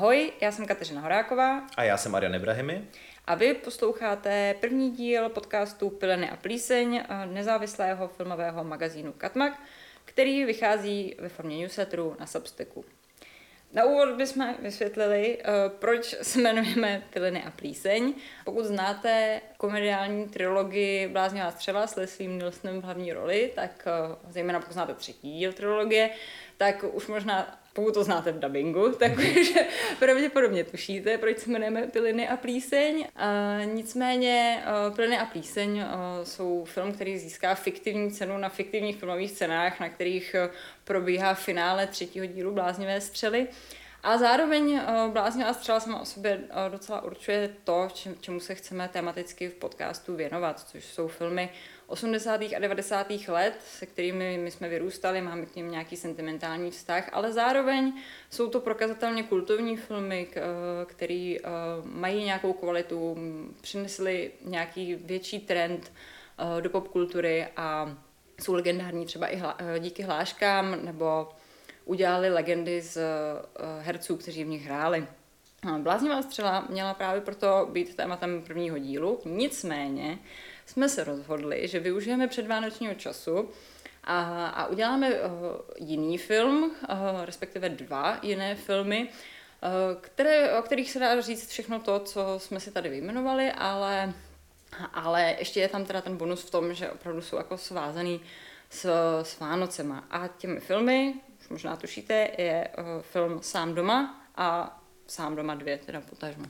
Ahoj, já jsem Kateřina Horáková. A já jsem Arian Ibrahimi. A vy posloucháte první díl podcastu Pileny a plíseň nezávislého filmového magazínu Katmak, který vychází ve formě newsletteru na Substacku. Na úvod bychom vysvětlili, proč se jmenujeme Pileny a plíseň. Pokud znáte komediální trilogii Bláznivá střela s Leslie Nielsenem v hlavní roli, tak zejména pokud znáte třetí díl trilogie, tak už možná, pokud to znáte v dabingu, tak už pravděpodobně tušíte, proč se jmenujeme Piliny a plíseň. Nicméně Piliny a plíseň jsou film, který získá fiktivní cenu na fiktivních filmových cenách, na kterých probíhá finále třetího dílu Bláznivé střely. A zároveň Bláznivá střela sama o sobě docela určuje to, čemu se chceme tematicky v podcastu věnovat, což jsou filmy 80. a 90. let, se kterými my jsme vyrůstali, máme k nim nějaký sentimentální vztah, ale zároveň jsou to prokazatelně kultovní filmy, které mají nějakou kvalitu, přinesly nějaký větší trend do popkultury a jsou legendární třeba i díky hláškám, nebo udělali legendy z herců, kteří v nich hráli. Bláznivá střela měla právě proto být tématem prvního dílu, nicméně jsme se rozhodli, že využijeme předvánočního času a uděláme jiný film, respektive dva jiné filmy, o kterých se dá říct všechno to, co jsme si tady vyjmenovali, ale ještě je tam teda ten bonus v tom, že opravdu jsou jako svázaný s Vánocema. A těmi filmy, už možná tušíte, je film Sám doma a Sám doma 2, teda potažmo.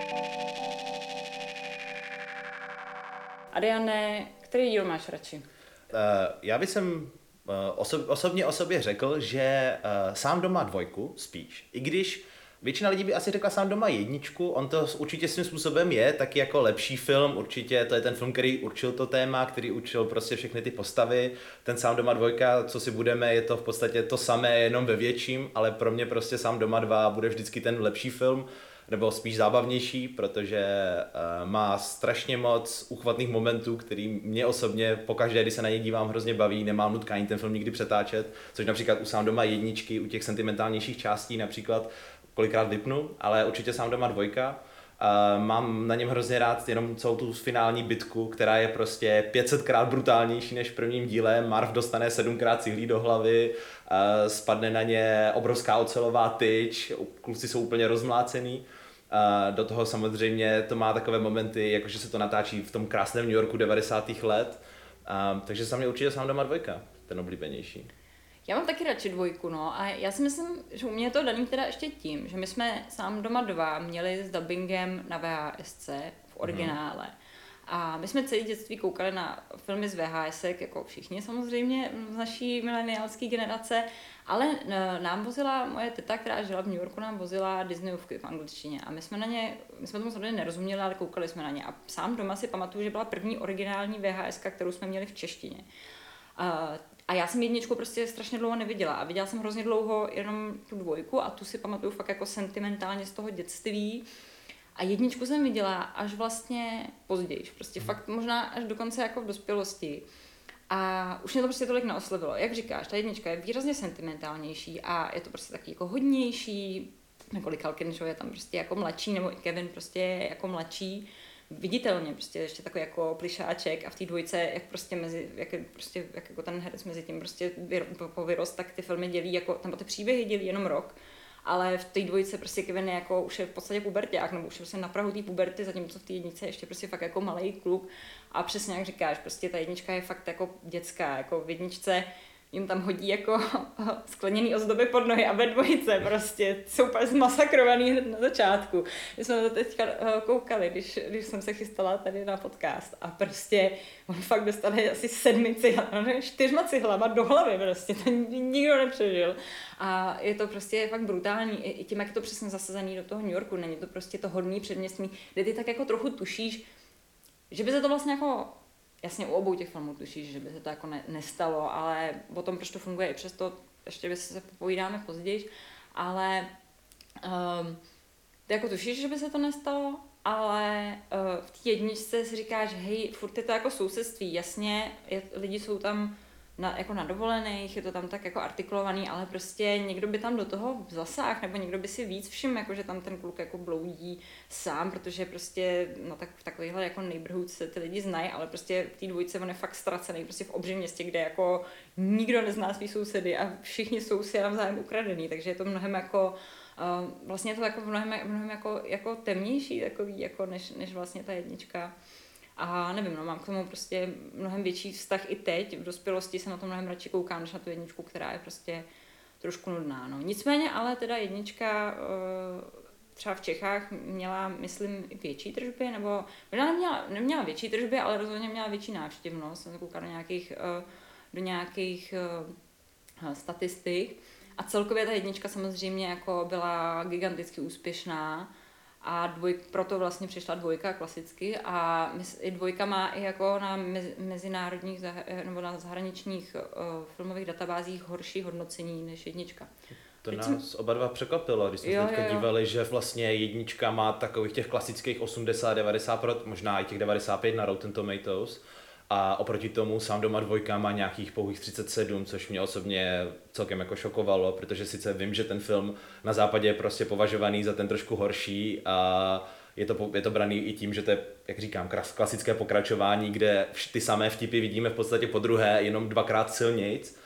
Ariane, který díl máš radši? Já bych osobně o sobě řekl, že Sám doma 2 spíš. I když většina lidí by asi řekla Sám doma 1, on to určitě svým způsobem je taky jako lepší film, určitě to je ten film, který určil to téma, který určil prostě všechny ty postavy. Ten Sám doma 2, co si budeme, je to v podstatě to samé, jenom ve větším, ale pro mě prostě Sám doma 2 bude vždycky ten lepší film, nebo spíš zábavnější, protože má strašně moc uchvatných momentů, který mě osobně pokaždé, když se na ně dívám, hrozně baví, nemám nutkání ten film nikdy přetáčet, což například u Sám doma 1, u těch sentimentálnějších částí například kolikrát vypnu, ale určitě Sám doma 2. Mám na něm hrozně rád jenom celou tu finální bitku, která je prostě 500krát brutálnější než v prvním díle. Marv dostane 7krát cihlí do hlavy, spadne na ně obrovská ocelová tyč, kluci jsou úplně rozmlácený. Do toho samozřejmě to má takové momenty, jakože se to natáčí v tom krásném New Yorku 90. let. Takže za mě určitě Sám doma 2, ten oblíbenější. Já mám taky radši 2, no, a já si myslím, že u mě je to daný teda ještě tím, že my jsme Sám doma 2 měli s dubbingem na VHSC v originále. A my jsme celé dětství koukali na filmy z VHSek, jako všichni samozřejmě z naší mileniálské generace, ale nám vozila moje teta, která žila v New Yorku, nám vozila Disneyovky v angličtině a my jsme tomu samozřejmě nerozuměli, ale koukali jsme na ně. A Sám doma si pamatuju, že byla první originální VHSka, kterou jsme měli v češtině. A já jsem 1 prostě strašně dlouho neviděla a viděla jsem hrozně dlouho jenom tu 2 a tu si pamatuju fakt jako sentimentálně z toho dětství. A 1 jsem viděla až vlastně později, prostě fakt možná až dokonce jako v dospělosti. A už mě to prostě tolik neoslovilo. Jak říkáš, ta 1 je výrazně sentimentálnější a je to prostě taky jako hodnější. Několik Culkin, že je tam prostě jako mladší, nebo i Kevin prostě je jako mladší. Viditelně prostě ještě takový jako plišáček a v té 2, jak prostě jak jako ten herec mezi tím prostě vyrost, tak ty filmy dělí jako, tam ty příběhy dělí jenom rok, ale v té 2 prostě Kevin je jako už je v podstatě puberťák, nebo už je prostě na prahu té puberty, zatímco v té 1 je ještě prostě fakt jako malej kluk a přesně jak říkáš, prostě ta 1 je fakt jako dětská, jako v 1 jim tam hodí jako skleněný ozdoby pod nohy a ve 2 prostě jsou úplně zmasakrovaný hned na začátku. My jsme to teďka koukali, když jsem se chystala tady na podcast a prostě on fakt dostane asi 4 cihlama do hlavy prostě, to nikdo nepřežil. A je to prostě fakt brutální, i tím, jak je to přesně zasazený do toho New Yorku, není to prostě to hodný předměstí, kde ty tak jako trochu tušíš, že by se to vlastně jako jasně u obou těch filmů tušíš, že by se to jako nestalo, ale o tom, proč to funguje i přesto, ještě se povídáme později, ale ty jako tušíš, že by se to nestalo, ale v té 1 si říkáš, hej, furt je to jako sousedství, jasně, lidi jsou tam jako na dovolených, je to tam tak jako artikulovaný, ale prostě někdo by tam do toho zasáhl, nebo někdo by si víc všiml, jako že tam ten kluk jako bloudí sám, protože prostě no tak v takovýchhle jako neighborhood se ty lidi znají, ale prostě v té dvojce on je fakt ztracený, prostě v obřím městě, kde jako nikdo nezná svý sousedy a všichni jsou si navzájem ukradený, takže je to mnohem jako vlastně je to jako mnohem jako temnější takový, jako než vlastně ta jednička. A nevím, no, mám k tomu prostě mnohem větší vztah i teď, v dospělosti se na to mnohem radši koukám, než na tu jedničku, která je prostě trošku nudná, no. Nicméně, ale teda jednička třeba v Čechách měla, myslím, větší tržby, nebo možná neměla větší tržby, ale rozhodně měla větší návštěvnost, jsem koukala do nějakých statistik. A celkově ta jednička samozřejmě jako byla giganticky úspěšná a proto vlastně přišla dvojka klasicky a dvojka má i jako na mezinárodních nebo na zahraničních filmových databázích horší hodnocení než jednička. To nás oba dva překvapilo, když jsme se teďka dívali, že vlastně jednička má takových těch klasických 80-90%, možná i těch 95 na Rotten Tomatoes. A oproti tomu Sám doma dvojka má nějakých pouhých 37, což mě osobně celkem jako šokovalo, protože sice vím, že ten film na západě je prostě považovaný za ten trošku horší a je to braný i tím, že to je, jak říkám, klasické pokračování, kde ty samé vtipy vidíme v podstatě podruhé, jenom dvakrát silnějc,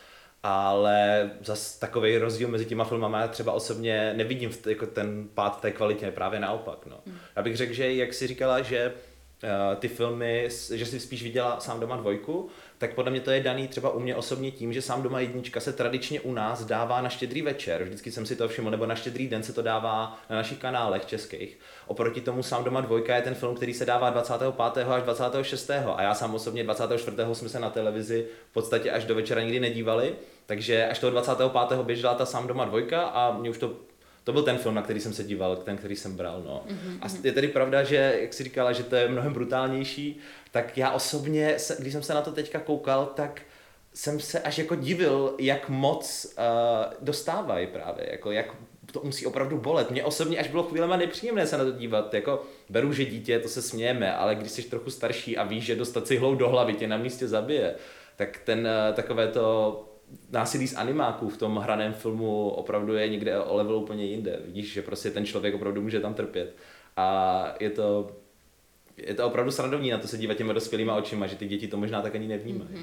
ale zas takovej rozdíl mezi těma filmama já třeba osobně nevidím jako ten pád té kvalitě, právě naopak. No. Já bych řekl, že jak jsi říkala, že ty filmy, že si spíš viděla Sám doma dvojku, tak podle mě to je daný třeba u mě osobně tím, že Sám doma jednička se tradičně u nás dává na Štědrý večer, vždycky jsem si to všiml, nebo na Štědrý den se to dává na našich kanálech českých. Oproti tomu Sám doma dvojka je ten film, který se dává 25. až 26. a já sám osobně 24. jsme se na televizi v podstatě až do večera nikdy nedívali, takže až toho 25. běžela ta Sám doma dvojka a mě už to byl ten film, na který jsem se díval, ten, který jsem bral, no. A je tedy pravda, že, jak jsi říkala, že to je mnohem brutálnější, tak já osobně, když jsem se na to teďka koukal, tak jsem se až jako divil, jak moc dostávají právě, jako jak to musí opravdu bolet. Mně osobně až bylo chvílema nepříjemné se na to dívat, jako beru, že dítě, to se smějeme, ale když jsi trochu starší a víš, že dostat cihlou do hlavy tě na místě zabije, tak takové to násilí z animáků v tom hraném filmu opravdu je někde o level úplně jinde. Vidíš, že prostě ten člověk opravdu může tam trpět. A je to opravdu srandovní na to se dívat těma dospělýma očima, že ty děti to možná tak ani nevnímají.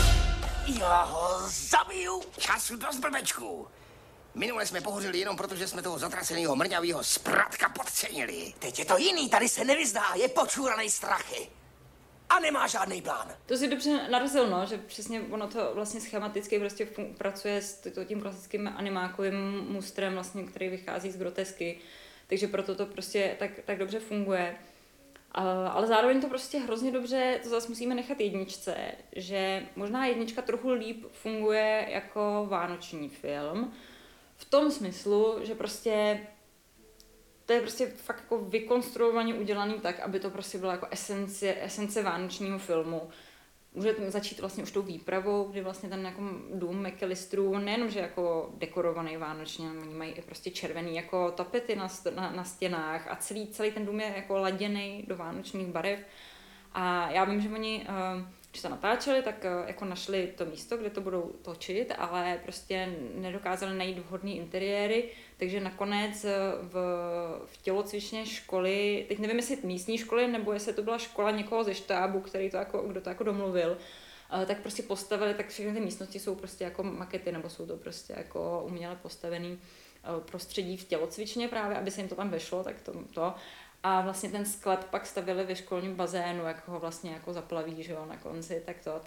Já ho zabiju! Času dost, blbečku! Minule jsme pohořili jenom proto, že jsme toho zatraceného mrňavýho spratka podcenili. Teď je to jiný, tady se nevyzdá, je počúranej strachy. A nemá žádný plán. To si dobře narazil, no, že přesně ono to vlastně schematicky prostě pracuje s tím klasickým animákovým mustrem, vlastně, který vychází z grotesky, takže proto to prostě tak dobře funguje. Ale zároveň to prostě hrozně dobře, to zase musíme nechat jedničce, že možná jednička trochu líp funguje jako vánoční film, v tom smyslu, že prostě to je prostě fakt jako vykonstruovaně udělaný tak, aby to prostě byla jako esence vánočního filmu. Může začít vlastně už tou výpravou, kdy vlastně ten jako dům McAllisterů, nejenom, že jako dekorovaný vánočně, oni mají i prostě červený jako tapety na stěnách a celý ten dům je jako laděný do vánočních barev. A já vím, že oni, když to natáčeli, tak jako našli to místo, kde to budou točit, ale prostě nedokázali najít vhodný interiéry, takže nakonec v tělocvičně školy, teď nevím, jestli místní školy, nebo jestli to byla škola někoho ze štábu, kdo to jako domluvil, tak prostě postavili, tak všechny ty místnosti jsou prostě jako makety, nebo jsou to prostě jako uměle postavený prostředí v tělocvičně právě, aby se jim to tam vešlo, tak to. A vlastně ten sklep pak stavili ve školním bazénu, jak ho vlastně jako zaplaví, že jo, na konci,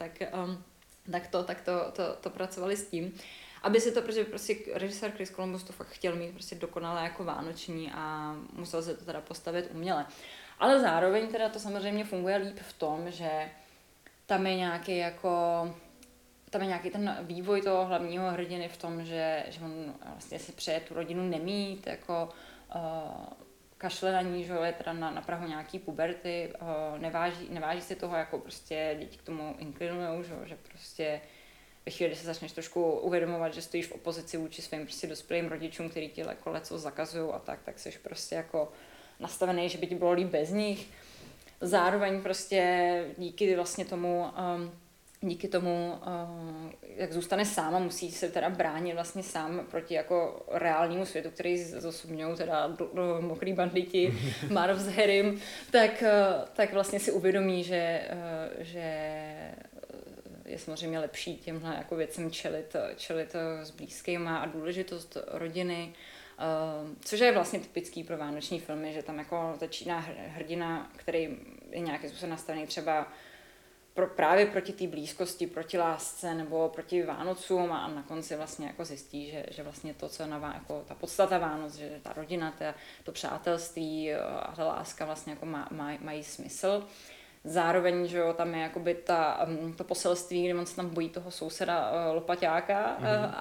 tak to pracovali s tím. Aby se to, protože prostě režisér Chris Columbus to fakt chtěl mít prostě dokonale jako vánoční a musel se to teda postavit uměle. Ale zároveň teda to samozřejmě funguje líp v tom, že tam je nějaký ten vývoj toho hlavního hrdiny v tom, že on vlastně si přeje tu rodinu nemít, jako kašle na ní, že je teda na prahu nějaký puberty, neváží si toho, jako prostě děti k tomu inklinujou, že prostě ve chvíli, kdy se začneš trošku uvědomovat, že stojíš v opozici vůči svým prostě dospělým rodičům, který ti jako leco zakazují a tak jsi prostě jako nastavený, že by ti bylo líp bez nich. Zároveň prostě díky vlastně tomu díky tomu, jak zůstane sám a musí se teda bránit vlastně sám proti jako reálnímu světu, který zosobňují teda mokrý banditi, Marv s Harrym, tak vlastně si uvědomí, že je samozřejmě lepší těmhle jako věcem čelit s blízkýma a důležitost rodiny, což je vlastně typický pro vánoční filmy, že tam jako začíná hrdina, který je nějakým způsobem nastavený třeba právě proti té blízkosti, proti lásce nebo proti Vánocům a na konci vlastně jako zjistí, že vlastně to, co je jako ta podstata Vánoc, že ta rodina, to přátelství a ta láska vlastně jako mají smysl. Zároveň, že jo, tam je jakoby to poselství, kdy on se tam bojí toho souseda lopaťáka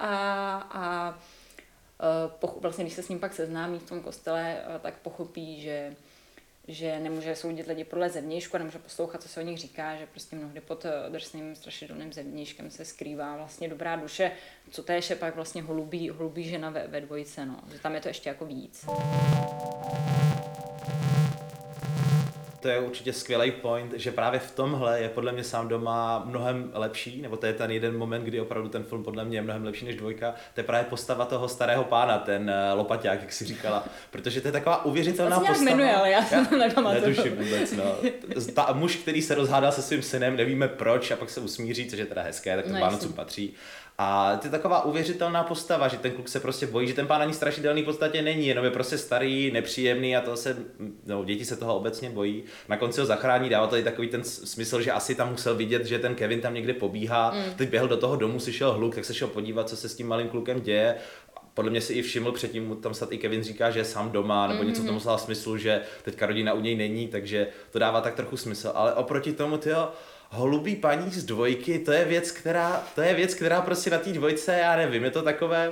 vlastně, když se s ním pak seznámí v tom kostele, tak pochopí, že nemůže soudit lidi podle zevnějšku a nemůže poslouchat, co se o nich říká, že prostě mnohdy pod drsným strašidelným zevnějškem se skrývá vlastně dobrá duše, co též je pak vlastně holubí žena ve dvojice, no. Že tam je to ještě jako víc. To je určitě skvělý point, že právě v tomhle je podle mě Sám doma mnohem lepší, nebo to je ten jeden moment, kdy opravdu ten film podle mě je mnohem lepší než dvojka, to je právě postava toho starého pána, ten lopaťák, jak jsi říkala, protože to je taková uvěřitelná postava. To se nějak jmenuje, ale já to nepamatuju. Netuším vůbec, no. Muž, který se rozhádá se svým synem, nevíme proč a pak se usmíří, což je teda hezké, tak to Vánocům patří. A to je taková uvěřitelná postava, že ten kluk se prostě bojí, že ten pán ani strašidelný v podstatě není, jenom je prostě starý, nepříjemný a děti se toho obecně bojí. Na konci ho zachrání, dává tady takový ten smysl, že asi tam musel vidět, že ten Kevin tam někde pobíhá. Teď běhl do toho domu, slyšel hluk, tak se šel podívat, co se s tím malým klukem děje. Podle mě si i všiml předtím, tam snad i Kevin říká, že je sám doma, nebo něco tomu slova smyslu, že teďka rodina u něj není, takže to dává tak trochu smysl. Ale oproti tomu, holubí paní z dvojky, to je věc, která prostě na té dvojce, já nevím, je to takové...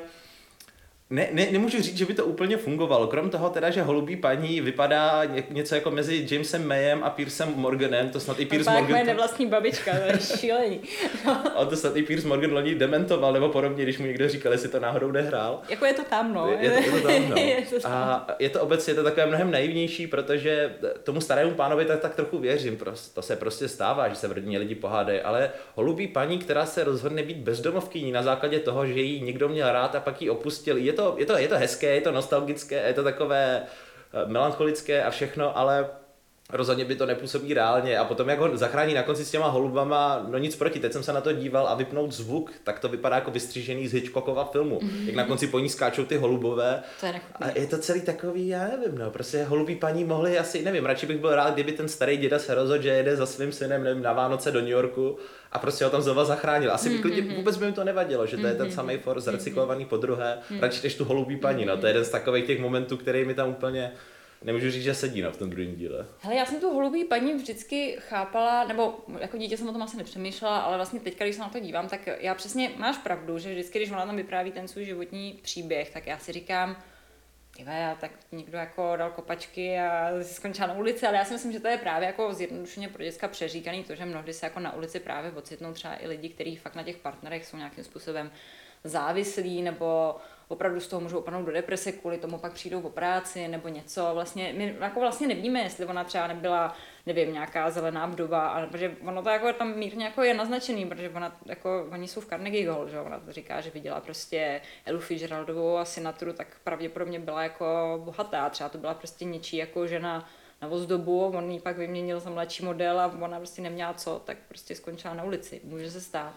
Nemůžu říct, že by to úplně fungovalo. Krom toho teda, že holubí paní vypadá něco jako mezi Jamesem Mayem a Piercem Morganem, to snad i Pierce Morgan... moje nevlastní babička, to je šílený. A to snad i Pierce Morgan loni dementoval, nebo podobně, když mu někdo říkal, jestli to náhodou nehrál. Jako je to tam, no. Je to tam, no. A je to obecně takové mnohem naivnější, protože tomu starému pánovi tak trochu věřím. To se prostě stává, že se v rodině lidi pohádají, ale holubí paní, která se rozhodne být bezdomovkyní na základě toho, že ji někdo měl rád a pak ji opustil, je to hezké, je to nostalgické, je to takové melancholické a všechno, ale rozhodně by to nepůsobí reálně. A potom, jak ho zachrání na konci s těma holubama, no nic proti, teď jsem se na to díval a vypnout zvuk, tak to vypadá jako vystřížený z Hitchcockova filmu. Jak na konci po ní skáčou ty holubové. To je a je to celý takový, já nevím, no, prostě holubí paní mohli asi, nevím, radši bych byl rád, kdyby ten starý děda se rozhodl, že jede za svým synem, nevím, na Vánoce do New Yorku a prostě ho tam znova zachránil. Asi vůbec by mi to nevadilo, že to je ten samý for zrecyklovaný podruhé, radši než tu holubí paní, no, to je jeden z takových těch momentů, který mi tam úplně nemůžu říct, že sedí v tom druhém díle. Hele, já jsem tu holubí paní vždycky chápala, nebo jako dítě jsem o tom asi nepřemýšlela, ale vlastně teď, když se na to dívám, tak já přesně máš pravdu, že vždycky, když ona tam vypráví ten svůj životní příběh, tak já si říkám, tak někdo jako dal kopačky a skončila na ulici, ale já si myslím, že to je právě jako zjednodušeně pro děcka přeříkaný to, že mnohdy se jako na ulici právě ocitnou třeba i lidi, kteří fakt na těch partnerech jsou nějakým způsobem závislí nebo opravdu z toho můžou upadnout do deprese, kvůli tomu pak přijdou o práci nebo něco. Vlastně, my jako vlastně nevíme, jestli ona třeba nebyla, nevím, nějaká zelená vdova, ale protože ono to jako tam mírně jako je naznačený, protože ona, jako, oni jsou v Carnegie Hall, že ona to říká, že viděla prostě Elu Fitzgeraldovou a Sinatru, tak pravděpodobně byla jako bohatá, třeba to byla prostě něčí jako žena na ozdobu, on jí pak vyměnil za mladší model a ona prostě neměla co, tak prostě skončila na ulici. Může se stát.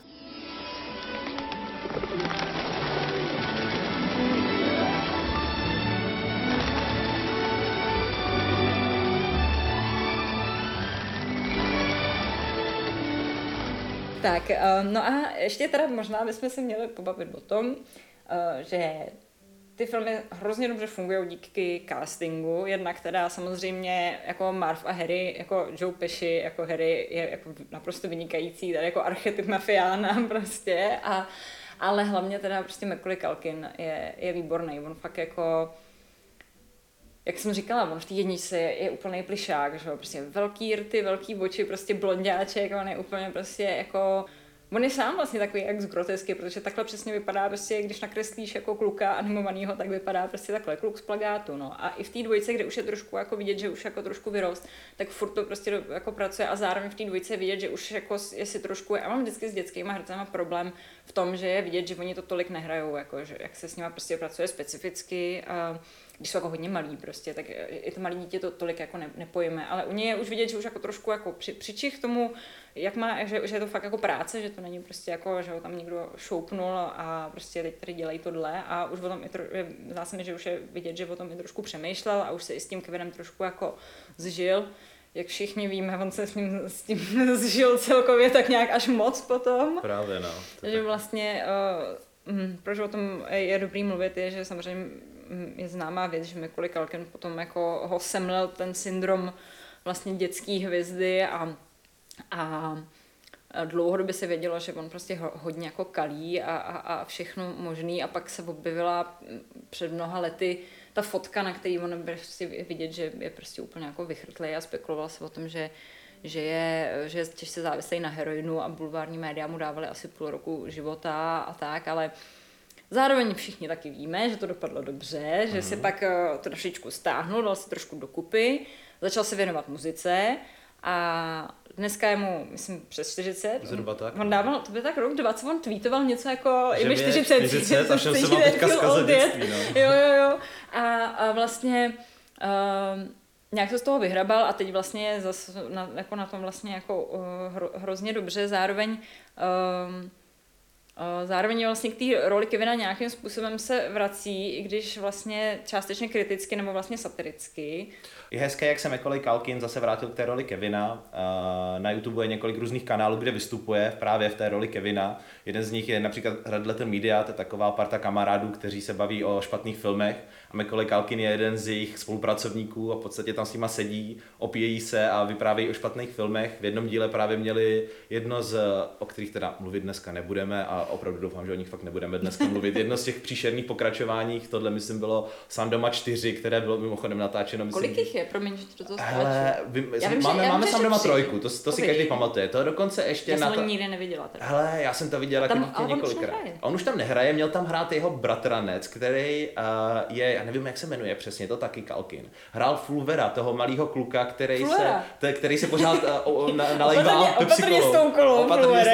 Tak, no a ještě teda možná bychom se měli pobavit o tom, že ty filmy hrozně dobře fungují díky castingu, jednak teda samozřejmě jako Marv a Harry, jako Joe Pesci, jako Harry je jako naprosto vynikající, tady jako archetyp mafiána prostě, ale hlavně teda prostě Macaulay Culkin je výborný, on fakt jako, jak jsem říkala, on v té jedničce je úplný plišák, že jo, prostě velký rty, velký oči, prostě blonďáček, on je úplně prostě jako, on je sám vlastně takový ex grotesky, protože takhle přesně vypadá prostě, když nakreslíš jako kluka animovanýho, tak vypadá prostě takhle kluk z plagátu, no. A i v té dvojce, kde už je trošku jako vidět, že už jako trošku vyrost, tak furt to prostě jako pracuje a zároveň v té dvojce vidět, že už jako je si trošku, já mám vždycky s dětskýma hercema problém v tom, že je vidět, že oni to tolik nehrajou, jako že jak se s nima prostě pracuje specificky, a když jsou jako hodně malí prostě, tak i to malé dítě to tolik jako nepojme, ale u něj je už vidět, že už jako trošku jako přičich tomu, jak má, že je to fakt jako práce, že to není prostě jako, že ho tam někdo šoupnul a prostě teď tady dělají tohle a už o tom zdá se mi, že už je vidět, že o tom i trošku přemýšlel a už se i s tím Kevinem trošku jako zžil. Jak všichni víme, on se s tím zžil celkově tak nějak až moc potom. Právě, no. Takže vlastně, proč o tom je dobrý mluvit, je, že samozřejmě je známá věc, že Macaulay Culkin potom jako ho semlel ten syndrom vlastně dětský hvězdy a dlouhodobě se vědělo, že on prostě hodně jako kalí a všechno možný a pak se objevila před mnoha lety ta fotka, na který on prostě vidět, že je prostě úplně jako vychrtlej a spekuloval se o tom, že je těžce závislý na heroinu a bulvární média mu dávali asi půl roku života a tak, ale zároveň všichni taky víme, že to dopadlo dobře, že si pak to trošičku stáhnul, dal si trošku dokupy, začal se věnovat muzice a dneska je mu, myslím, přes 40. Zhruba tak. On dával, to by tak rok 20, on tweetoval něco jako že i mi 40. A šel se vám teďka zkazat dětství, no. Jo. A vlastně nějak se z toho vyhrabal a teď vlastně je jako na tom vlastně jako hrozně dobře, zároveň vlastně k té roli Kevina nějakým způsobem se vrací, i když vlastně částečně kriticky nebo vlastně satiricky. Je hezké, jak se Macaulay Culkin zase vrátil k té roli Kevina. Na YouTube je několik různých kanálů, kde vystupuje právě v té roli Kevina. Jeden z nich je například Red Letter Media, to je taková parta kamarádů, kteří se baví o špatných filmech. A Macaulay Culkin je jeden z jejich spolupracovníků a v podstatě tam s nima sedí, opíjejí se a vyprávějí o špatných filmech. V jednom díle právě měli jedno o kterých teda mluvit dneska nebudeme a opravdu doufám, že o nich fakt nebudeme dneska mluvit. Jedno z těch příšerných pokračováních, tohle myslím bylo Sám doma 4, které bylo mimochodem natáčeno. Myslím, kolik jich je? Promiň, že to hele, máme Sám doma 3, to si každý pamatuje. To dokonce ještě já jsem ho nikdy neviděla. Teda. Hele, já jsem to viděl jako několikrát. On už tam nehraje, měl tam hrát jeho bratranec, který je, já nevím, jak se jmenuje přesně, to taky Culkin. Hrál Fulvera, toho malého kluka, který se pořád nalejvá Pepsi Colou.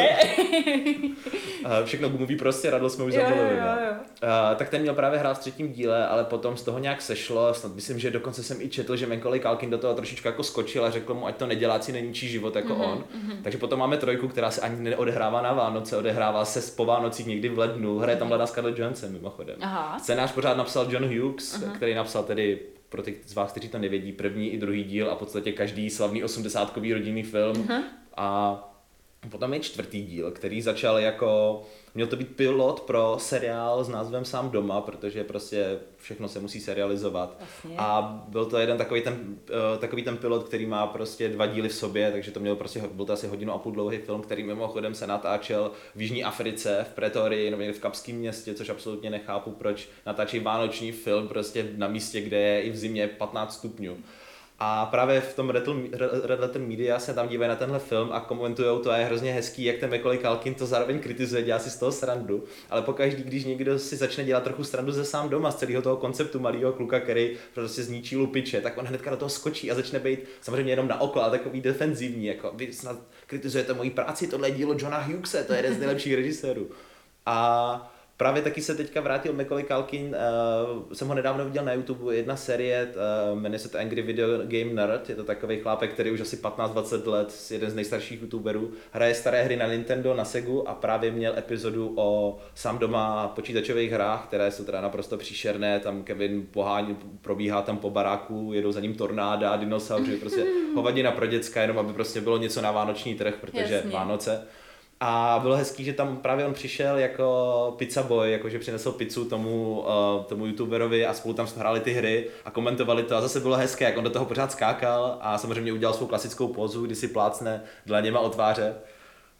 Všechno gumový prostě, radlo jsme už zapomněli. Tak ten měl právě hrát v 3. díle, ale potom z toho nějak sešlo. Snad myslím, že dokonce jsem i četl, že Macaulay Culkin do toho trošičku jako skočil a řekl mu, ať to neděláci neničí život jako on. Takže potom máme 3, která se ani neodehrává na Vánoce, odehrává se po Vánocích někdy v lednu. Hraje tam mladá Scarlett Johansson mimochodem. Scénář pořád napsal John Hughes, který napsal tedy pro ty z vás, kteří to nevědí, 1. i 2. díl a v podstatě každý slavný 80kový rodinný film. A potom je 4. díl, který začal jako, měl to být pilot pro seriál s názvem Sám doma, protože prostě všechno se musí serializovat. Vlastně. A byl to jeden takový ten pilot, který má prostě 2 díly v sobě, takže to měl prostě, byl to asi 1,5 hodiny dlouhý film, který mimochodem se natáčel v Jižní Africe, v Pretorii, nebo někde v Kapském městě, což absolutně nechápu, proč natáčí vánoční film prostě na místě, kde je i v zimě 15 stupňů. A právě v tom Red Letter Media se tam dívají na tenhle film a komentujou to a je hrozně hezký, jak ten Macaulay Culkin to zároveň kritizuje, dělá si z toho srandu, ale pokaždý, když někdo si začne dělat trochu srandu ze Sám doma, z celého toho konceptu malého kluka, který prostě zničí lupiče, tak on hnedka do toho skočí a začne být samozřejmě jenom na oko, ale takový defenzivní, jako vy snad kritizujete moji práci, tohle je dílo Johna Hughese, to je jeden z nejlepších režisérů. A právě taky se teďka vrátil Macaulay Culkin, jsem ho nedávno viděl na YouTube, jedna série, jmenuje se to Angry Video Game Nerd, je to takový chlápek, který už asi 15-20 let, jeden z nejstarších youtuberů, hraje staré hry na Nintendo, na Segu a právě měl epizodu o Sám doma počítačových hrách, které jsou teda naprosto příšerné, tam Kevin probíhá tam po baráku, jedou za ním tornáda, dinosauři, prostě hovadina pro děcka, jenom aby prostě bylo něco na vánoční trh, protože jasně. Vánoce. A bylo hezký, že tam právě on přišel jako pizza boy, jakože přinesl pizzu tomu youtuberovi a spolu tam hráli ty hry a komentovali to a zase bylo hezké, jak on do toho pořád skákal a samozřejmě udělal svou klasickou pózu, kdy si plácne dlaněma o tváře.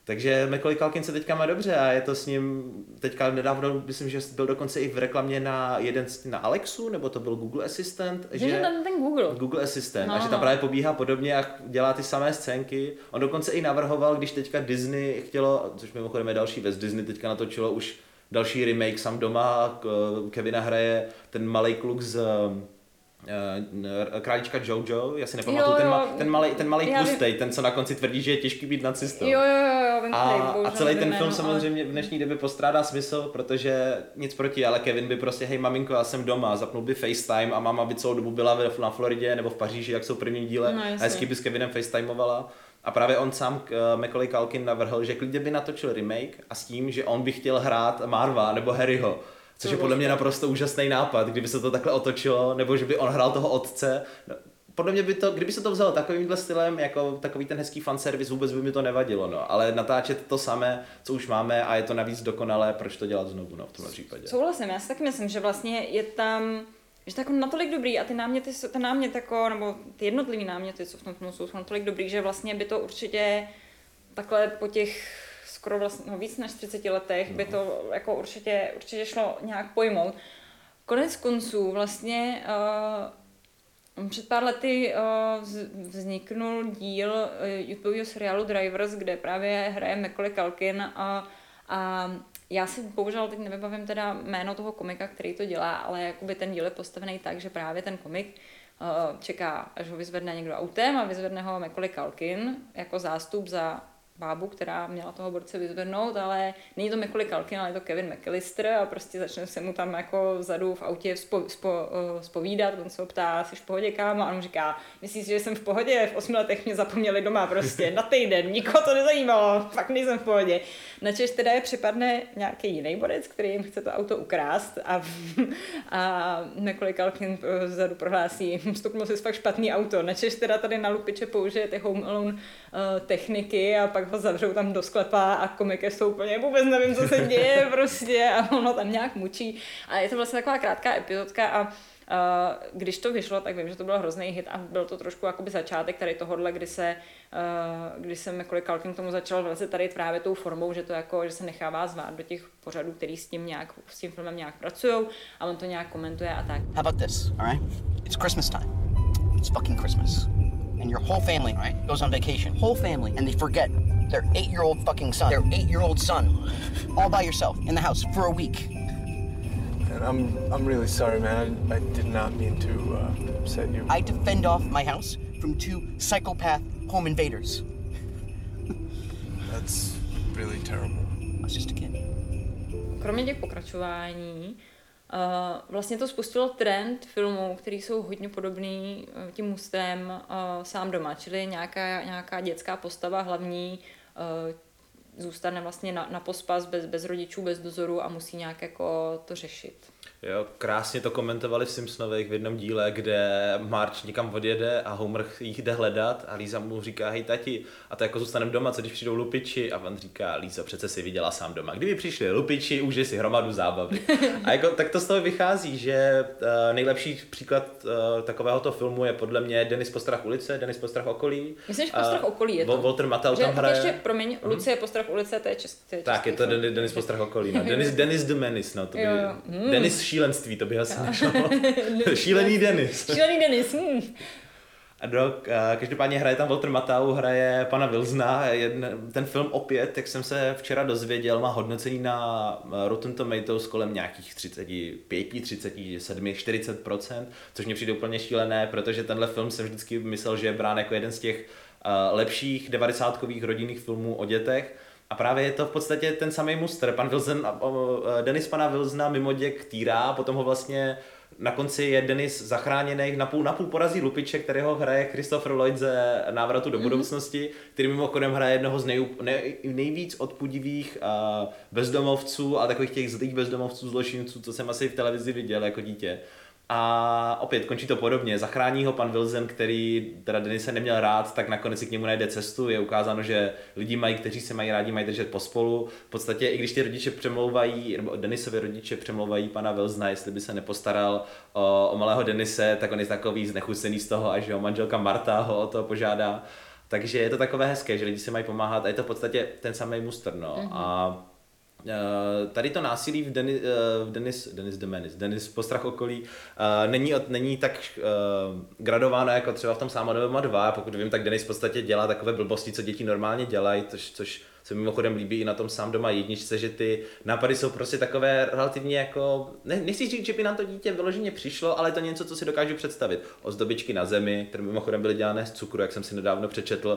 Takže Macaulay Culkin se teďka má dobře a je to s ním teďka nedávno, myslím, že byl dokonce i v reklamě na Alexu, nebo to byl Google Assistant. Že ten Google Assistant a že tam právě pobíhá podobně a dělá ty samé scénky. On dokonce i navrhoval, když teďka Disney chtělo, což mimochodem je další věc, Disney teďka natočilo už další remake Sám doma, Kevina hraje ten malej kluk z Králička Jojo, já si nepamatuju, ten malej tlustej, ten co na konci tvrdí, že je těžký být nacistou. Jo, a celý ten film samozřejmě v dnešní době postrádá smysl, protože nic proti, ale Kevin by prostě, hej maminko, já jsem doma, zapnul by FaceTime a máma by celou dobu byla na Floridě nebo v Paříži, jak jsou v prvním díle, a hezky by s Kevinem FaceTimeovala. A právě on sám, Macaulay Culkin, navrhl, že klidně by natočil remake a s tím, že on by chtěl hrát Marva nebo Harryho. Což je podle mě naprosto úžasný nápad, kdyby se to takhle otočilo, nebo že by on hrál toho otce. No, podle mě by to, kdyby se to vzalo takovýmhle stylem, jako takový ten hezký fanservice, vůbec by mi to nevadilo, no. Ale natáčet to samé, co už máme a je to navíc dokonalé, proč to dělat znovu, no, v tomhle případě. Souhlasím, já si taky myslím, že vlastně je tam, že to jako natolik dobrý a ten námět jako, nebo ty jednotlivý náměty, co v tom filmu jsou natolik dobrý, že vlastně by to určitě takhle po těch skoro vlastně víc než 30 letech by to jako určitě šlo nějak pojmout. Konec konců vlastně před pár lety vzniknul díl YouTubeového seriálu Drivers, kde právě hraje Macaulay Culkin a já si bohužel teď nevybavím teda jméno toho komika, který to dělá, ale jakoby ten díl je postavený tak, že právě ten komik čeká, až ho vyzvedne někdo autem a vyzvedne ho Macaulay Culkin jako zástup za bábu, která měla toho borce vyzvednout, ale není to Macaulay Culkin, ale je to Kevin McAllister a prostě začne se mu tam jako vzadu v autě zpovídat, on se ho ptá, jsi v pohodě, kámo? A on říká, myslíš, že jsem v pohodě? V 8 letech mě zapomněli doma prostě na týden, nikoho to nezajímalo, fakt nejsem v pohodě. Načež teda je připadne nějaký jiný borec, který jim chce to auto ukrást a Macaulay Culkin vzadu prohlásí, stupnul si fakt špatný auto. Načež teda tady na lupiče použije ty Home Alone techniky a pak ho zavřou tam do sklepa a komik je úplně, vůbec nevím, co se děje prostě a ono tam nějak mučí. A je to vlastně taková krátká epizodka a když to vyšlo, tak vím, že to byl hrozný hit a byl to trošku jakoby začátek tady tohodle, kdy se Macaulay Culkin k tomu začal vlastně tady právě tou formou, že to jako, že se nechává zvát do těch pořadů, který s tím filmem nějak pracujou a on to nějak komentuje a tak. How about this, all right? It's Christmas time. It's fucking Christmas. And your whole family, right, goes on vacation. Whole family. And they forget their 8-year-old fucking son. Their 8-year-old son. All by yourself in the house for a week. And I'm really sorry, man. I did not mean to upset you. I defend off my house from 2 psychopath home invaders. That's really terrible. I was just a kid. Kromě těch pokračování, vlastně to spustilo trend filmů, který jsou hodně podobný tím Mustem Sám doma, čili nějaká dětská postava hlavní zůstane vlastně na pospas bez rodičů, bez dozoru a musí nějak jako to řešit. Jo, krásně to komentovali v Simpsonových v jednom díle, kde Marge někam odjede a Homer jich jde hledat a Lisa mu říká, hej tati, a to jako zůstaneme doma, co když přijdou lupiči? A on říká, Lisa, přece si viděla sám doma. Kdyby přišli lupiči, užij si hromadu zábavy. A jako, tak to z toho vychází, že nejlepší příklad takovéhoto filmu je podle mě Denis Postrach ulice, Denis Postrach okolí. Myslím, že Postrach okolí je to. Walter Matthau tam hraje. Ještě, promiň, Lucie Postrach ulice, to je český. Tak, je to Denis Postrach okolí. No. Denis the Menace, no, to by... Denis šílenství, to by asi našlo. Šílený Denis. Šílený Denis. Každopádně hraje tam Walter Matthau, hraje pana Wilsona. Ten film opět, jak jsem se včera dozvěděl, má hodnocení na Rotten Tomatoes kolem nějakých 35, 37, 40%, což mě přijde úplně šílené, protože tenhle film jsem vždycky myslel, že je brán jako jeden z těch lepších 90kových rodinných filmů o dětech. A právě je to v podstatě ten samý mustr. Pan Wilson, Denis pana Wilsona mimoděk týrá, potom ho vlastně na konci je Denis zachráněný, napůl porazí lupiče, kterého hraje Christopher Lloyd ze Návratu do budoucnosti, který mimochodem hraje jednoho z nejvíc odpudivých bezdomovců, ale takových těch zlých bezdomovců, zločinců, co jsem asi v televizi viděl jako dítě. A opět končí to podobně. Zachrání ho pan Wilson, který teda Denise neměl rád, tak nakonec si k němu najde cestu. Je ukázáno, že lidi kteří se mají rádi, mají držet pospolu. V podstatě, i když ty rodiče přemlouvají, nebo Denisovi rodiče přemlouvají pana Wilsona, jestli by se nepostaral o malého Denise, tak on je takový znechucený z toho, až jeho manželka Marta ho o to požádá. Takže je to takové hezké, že lidi si mají pomáhat a je to v podstatě ten samý mustr, no. A tady to násilí v Denis Postrach okolí není tak gradováno jako třeba v tom Sám doma 2, pokud vím, tak Denis v podstatě dělá takové blbosti, co děti normálně dělají, což se mimochodem líbí i na tom Sám doma 1, že ty nápady jsou prostě takové relativně jako, nechci říct, že by nám to dítě vyloženě přišlo, ale je to něco, co si dokážu představit. Ozdobičky na zemi, které mimochodem byly dělané z cukru, jak jsem si nedávno přečetl,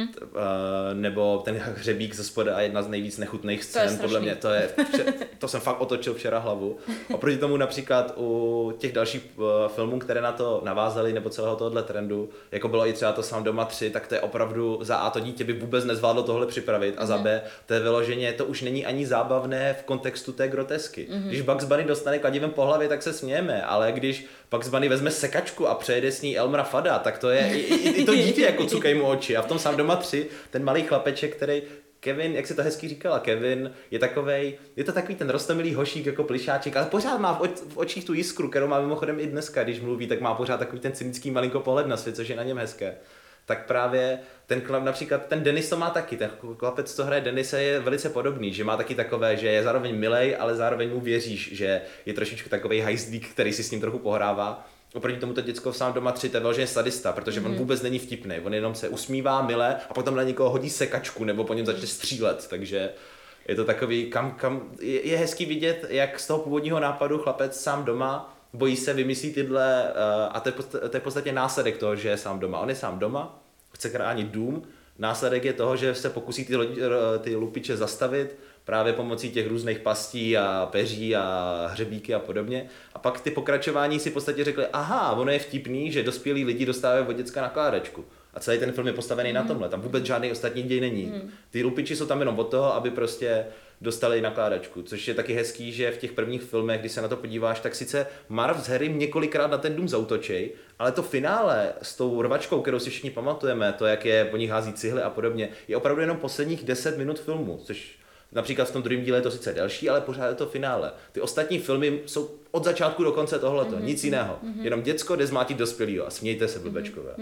nebo ten hřebík ze spoda a jedna z nejvíc nechutných scén, podle mě to jsem fakt otočil včera hlavu. Oproti tomu například u těch dalších filmů, které na to navázaly, nebo celého tohohle trendu, jako bylo i třeba to Sám doma 3, tak to je opravdu za A, to dítě by vůbec nezvládlo tohle připravit a za B, to je vyloženě, to už není ani zábavné v kontextu té grotesky. Když Bugs Bunny dostane kladivem po hlavě, tak se smějeme, ale když Bugs Bunny vezme sekačku a přejede s ní Elmera Fuda, tak to je i to dítě jako cukej mu oči. A v tom Sám doma 3, ten malý chlapeček, který Kevin, jak se to hezky říkala, Kevin je to takový ten roztomilý hošík jako plišáček, ale pořád má v očích tu jiskru, kterou má mimochodem i dneska, když mluví, tak má pořád takový ten cynický malinko pohled na svět, což je na něm hezké. Tak právě například ten Denis to má taky, ten chlapec, co hraje Denise, je velice podobný, že má taky takové, že je zároveň milej, ale zároveň mu věříš, že je trošičku takovej hajzdík, který si s ním trochu pohrává. Oproti tomuto děcko v Sám doma 3, to je vyloženě sadista, protože on vůbec není vtipný, on jenom se usmívá mile a potom na někoho hodí sekačku nebo po něm začne střílet, takže je to takový, je hezký vidět, jak z toho původního nápadu chlapec sám doma bojí se, vymyslí tyhle, a to je v podstatě následek toho, že je sám doma. On je sám doma, chce chránit dům, následek je toho, že se pokusí ty lupiče zastavit právě pomocí těch různých pastí a peří a hřebíky a podobně. A pak ty pokračování si v podstatě řekli, aha, ono je vtipný, že dospělí lidi dostávají od děcka nakládačku. A celý ten film je postavený na tomhle, tam vůbec žádný ostatní děj není. Ty lupiči jsou tam jenom od toho, aby prostě dostali nakládačku, což je taky hezký, že v těch prvních filmech, když se na to podíváš, tak sice Marv s Harrym několikrát na ten dům zaútočej, ale to finále s tou rvačkou, kterou si všichni pamatujeme, to, jak je po nich hází cihly a podobně, je opravdu jenom posledních 10 minut filmu, což například v tom druhém díle je to sice delší, ale pořád je to finále. Ty ostatní filmy jsou od začátku do konce tohleto, nic jiného. Jenom děcko jde zmátit dospělýho a smějte se, blbečkové.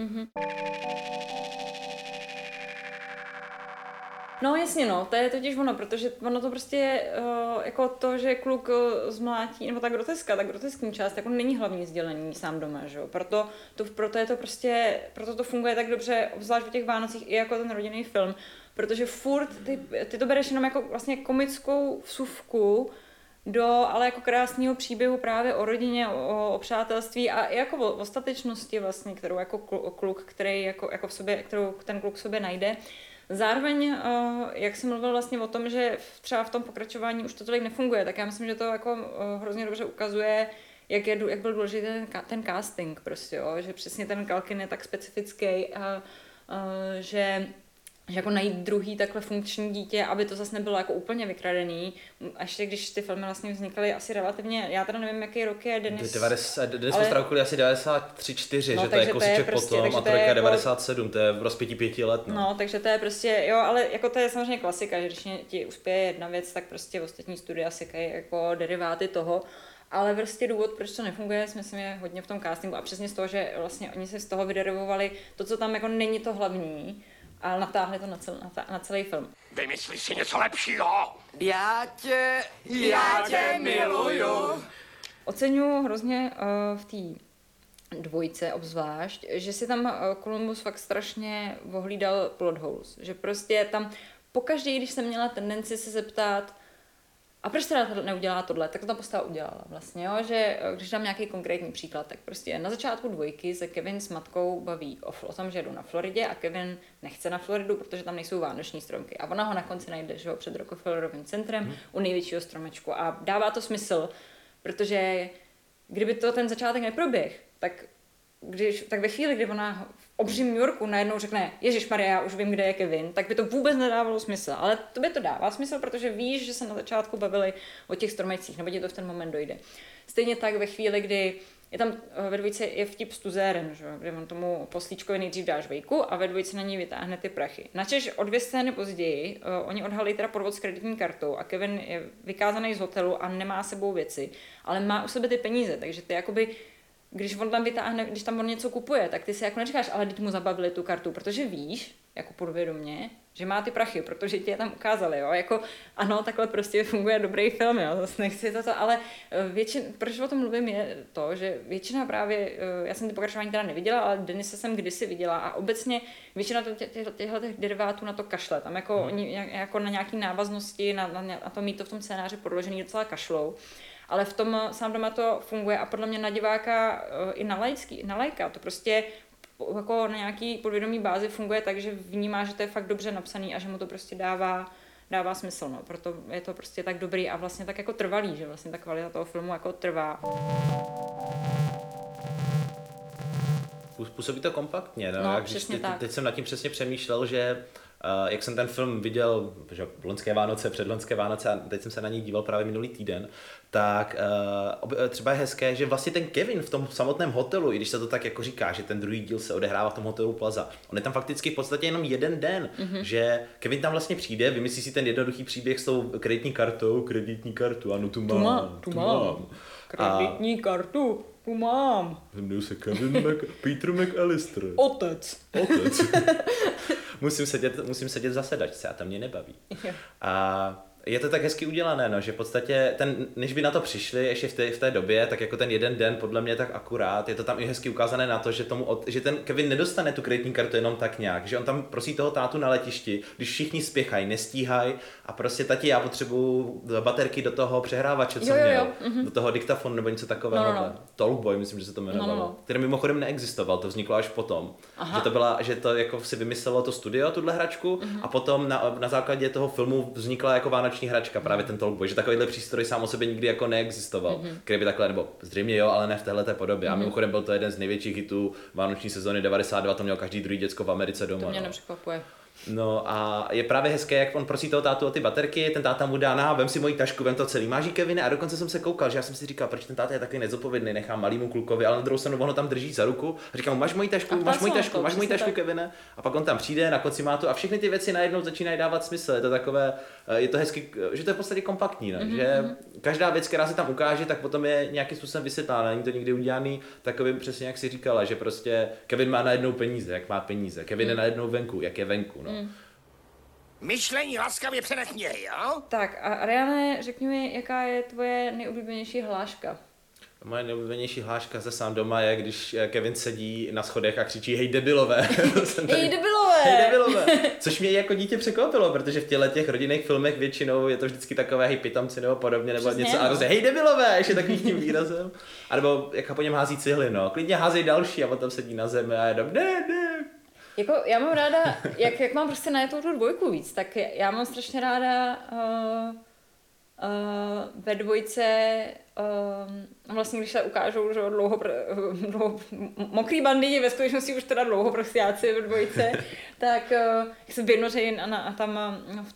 No jasně, no, to je totiž ono, protože ono to prostě je jako to, že kluk zmlátí, nebo ta groteskní část, jako není hlavní sdělení Sám doma, že jo, proto je to prostě, proto to funguje tak dobře, obzvlášť v těch Vánocích i jako ten rodinný film, protože furt ty to bereš jenom jako vlastně komickou vsuvku ale jako krásného příběhu právě o rodině, o přátelství a i jako o statečnosti vlastně, kterou jako kluk, který jako v sobě, kterou ten kluk v sobě najde. Zároveň, jak jsem mluvil vlastně o tom, že třeba v tom pokračování už to tolik nefunguje, tak já myslím, že to jako hrozně dobře ukazuje, jak byl důležitý ten casting prostě, jo? Že přesně ten Culkin je tak specifický a že jako najít druhý takhle funkční dítě, aby to zase nebylo jako úplně vykradený. A ještě když ty filmy vlastně vznikaly asi relativně, já teda nevím, jaký rok je Denis. Denis Postrach okolí asi 93-4, no, že to je kousíček prostě, potom a trojka jako 97, to je v rozpětí 5 let. No, takže to je prostě, jo, ale jako to je samozřejmě klasika, že když ti uspěje jedna věc, tak prostě ostatní studia sekají jako deriváty toho. Ale prostě důvod, proč to nefunguje, si myslím, je hodně v tom castingu a přesně z toho, že vlastně oni se z toho vyderivovali to, co tam jako není to hlavní, ale natáhli to na celý film. Vymysli si něco lepšího! Já tě miluju. Oceňuji hrozně v té dvojce obzvlášť, že si tam Columbus fakt strašně ohlídal plot holes. Že prostě tam pokaždý, když jsem měla tendenci se zeptat, a proč teda neudělá tohle, tak to ta postava udělala vlastně, jo? Že když dám nějaký konkrétní příklad, tak prostě na začátku dvojky se Kevin s matkou baví o tom, že jedu na Floridě a Kevin nechce na Floridu, protože tam nejsou vánoční stromky a ona ho na konci najde, že jo, před Rockefellerovým centrem u největšího stromečku a dává to smysl, protože kdyby to ten začátek neproběh, tak ve chvíli, kdy ona v obřím New Yorku najednou řekne Ježišmarja, já už vím, kde je Kevin, tak by to vůbec nedávalo smysl. Ale tobě to dává smysl, protože víš, že se na začátku bavili o těch stromečcích, nebo ti to v ten moment dojde. Stejně tak ve chvíli, kdy je tam ve dvojce je vtip s tuzérem, že? Kde on tomu poslíčkovi nejdřív dá žvejku a ve dvojce na ní vytáhne ty prachy. Načež o 2 scény později oni odhalí teda podvod s kreditní kartou a Kevin je vykázaný z hotelu a nemá s sebou věci, ale má u sebe ty peníze, takže ty jakoby když on tam vytáhne, když tam on něco kupuje, tak ty si jako neříkáš, ale teď mu zabavili tu kartu, protože víš, jako podvědomě, že má ty prachy, protože ti je tam ukázali, jo, jako ano, takhle prostě funguje dobrý film, jo, zase nechci to, ale proč o tom mluvím, je to, že většina právě, já jsem ty pokračování teda neviděla, ale Denise jsem kdysi viděla a obecně většina těchto derivátů na to kašle, tam jako, jako na nějaký návaznosti, na to mít to v tom scénáři podložený docela kašlou. Ale v tom sám doma to funguje a podle mě na diváka i na lajka to prostě jako na nějaký podvědomý bázi funguje tak, že vnímá, že to je fakt dobře napsaný a že mu to prostě dává smysl, no. Proto je to prostě tak dobrý a vlastně tak jako trvalý, že vlastně ta kvalita toho filmu jako trvá. Působí to kompaktně, no, jak přesně tak. Teď jsem nad tím přesně přemýšlel, že jak jsem ten film viděl loňské Vánoce, předloňské Vánoce a teď jsem se na něj díval právě minulý týden, tak třeba je hezké, že vlastně ten Kevin v tom samotném hotelu, i když se to tak jako říká, že ten druhý díl se odehrává v tom hotelu Plaza, on je tam fakticky v podstatě jenom jeden den, že Kevin tam vlastně přijde, vymyslí si ten jednoduchý příběh s tou kreditní kartu, ano, tu mám. Kreditní kartu, tu mám. Jmenuji se Peter McAllister. Otec. musím sedět v zasedačce a tam mě nebaví. A je to tak hezky udělané, no, že v podstatě než by na to přišli ještě v té době, tak jako ten jeden den podle mě tak akurát, je to tam i hezky ukázané na to, že ten Kevin nedostane tu kreditní kartu jenom tak nějak, že on tam prosí toho tátu na letišti, když všichni spěchají, nestíhají a prostě tati, já potřebuju baterky do toho přehrávače, co měl, do toho diktafonu nebo něco takového, Talkboy, myslím, že se to jmenovalo, který mimochodem neexistoval, to vzniklo až potom, že to jako si vymyslelo to studio, tuhle hračku a potom na základě toho filmu vznikla jako vánoční hračka, právě ten Talkboy, že takovýhle přístroj sám o sobě nikdy jako neexistoval, který by takhle, nebo zřejmě jo, ale ne v téhleté podobě. A mimochodem byl to jeden z největších hitů vánoční sezóny 92, to měl každý druhý děcko v Americe doma. To mě nepřekvapuje. No a je právě hezké, jak on prosí toho tátu o ty baterky, ten táta mu dá, vem si moji tašku, vem to celý, máš jí, Kevine? A dokonce jsem se koukal, že já jsem si říkal, proč ten táta je takový nezodpovědný, nechám malýmu klukovi, ale na druhou stranu ono tam drží za ruku a říkám, máš moji tašku, Kevine? A pak on tam přijde, na konci má to a všechny ty věci najednou začínají dávat smysl. Je to takové, je to hezky, že to je v podstatě kompaktní, ne? Že každá věc, která se tam ukáže, tak potom je nějakým způsobem vysvětlená, není to nikdy udělaný takovým přesně jak si říkala, že prostě Kevin má najednou peníze, jak má peníze, Kevin je najednou venku, jak je venku, no. Myšlení laskavě přenech mě, jo? Tak a Ariane, řekni mi, jaká je tvoje nejoblíbenější hláška? Moje nejoblíbenější hláška ze Sám doma je, když Kevin sedí na schodech a křičí hej debilové. Hej debilové! Což mě jako dítě překvapilo, protože v těch rodinných filmech většinou je to vždycky takové hej pitomci nebo podobně, nebo přesně, něco a hej debilové, ještě takovým tím výrazem. A nebo jak po něm hází cihly, no. Klidně házej další a potom sedí na zemi a jenom ne. Jako, já mám ráda, jak mám prostě najetou tu dvojku víc, tak já mám strašně ráda ve dvojce, vlastně když se ukážou, že dlouho mokrý banditi, ve skutečnosti už teda dlouhoprostáci ve dvojce, tak jak se vynořejí tam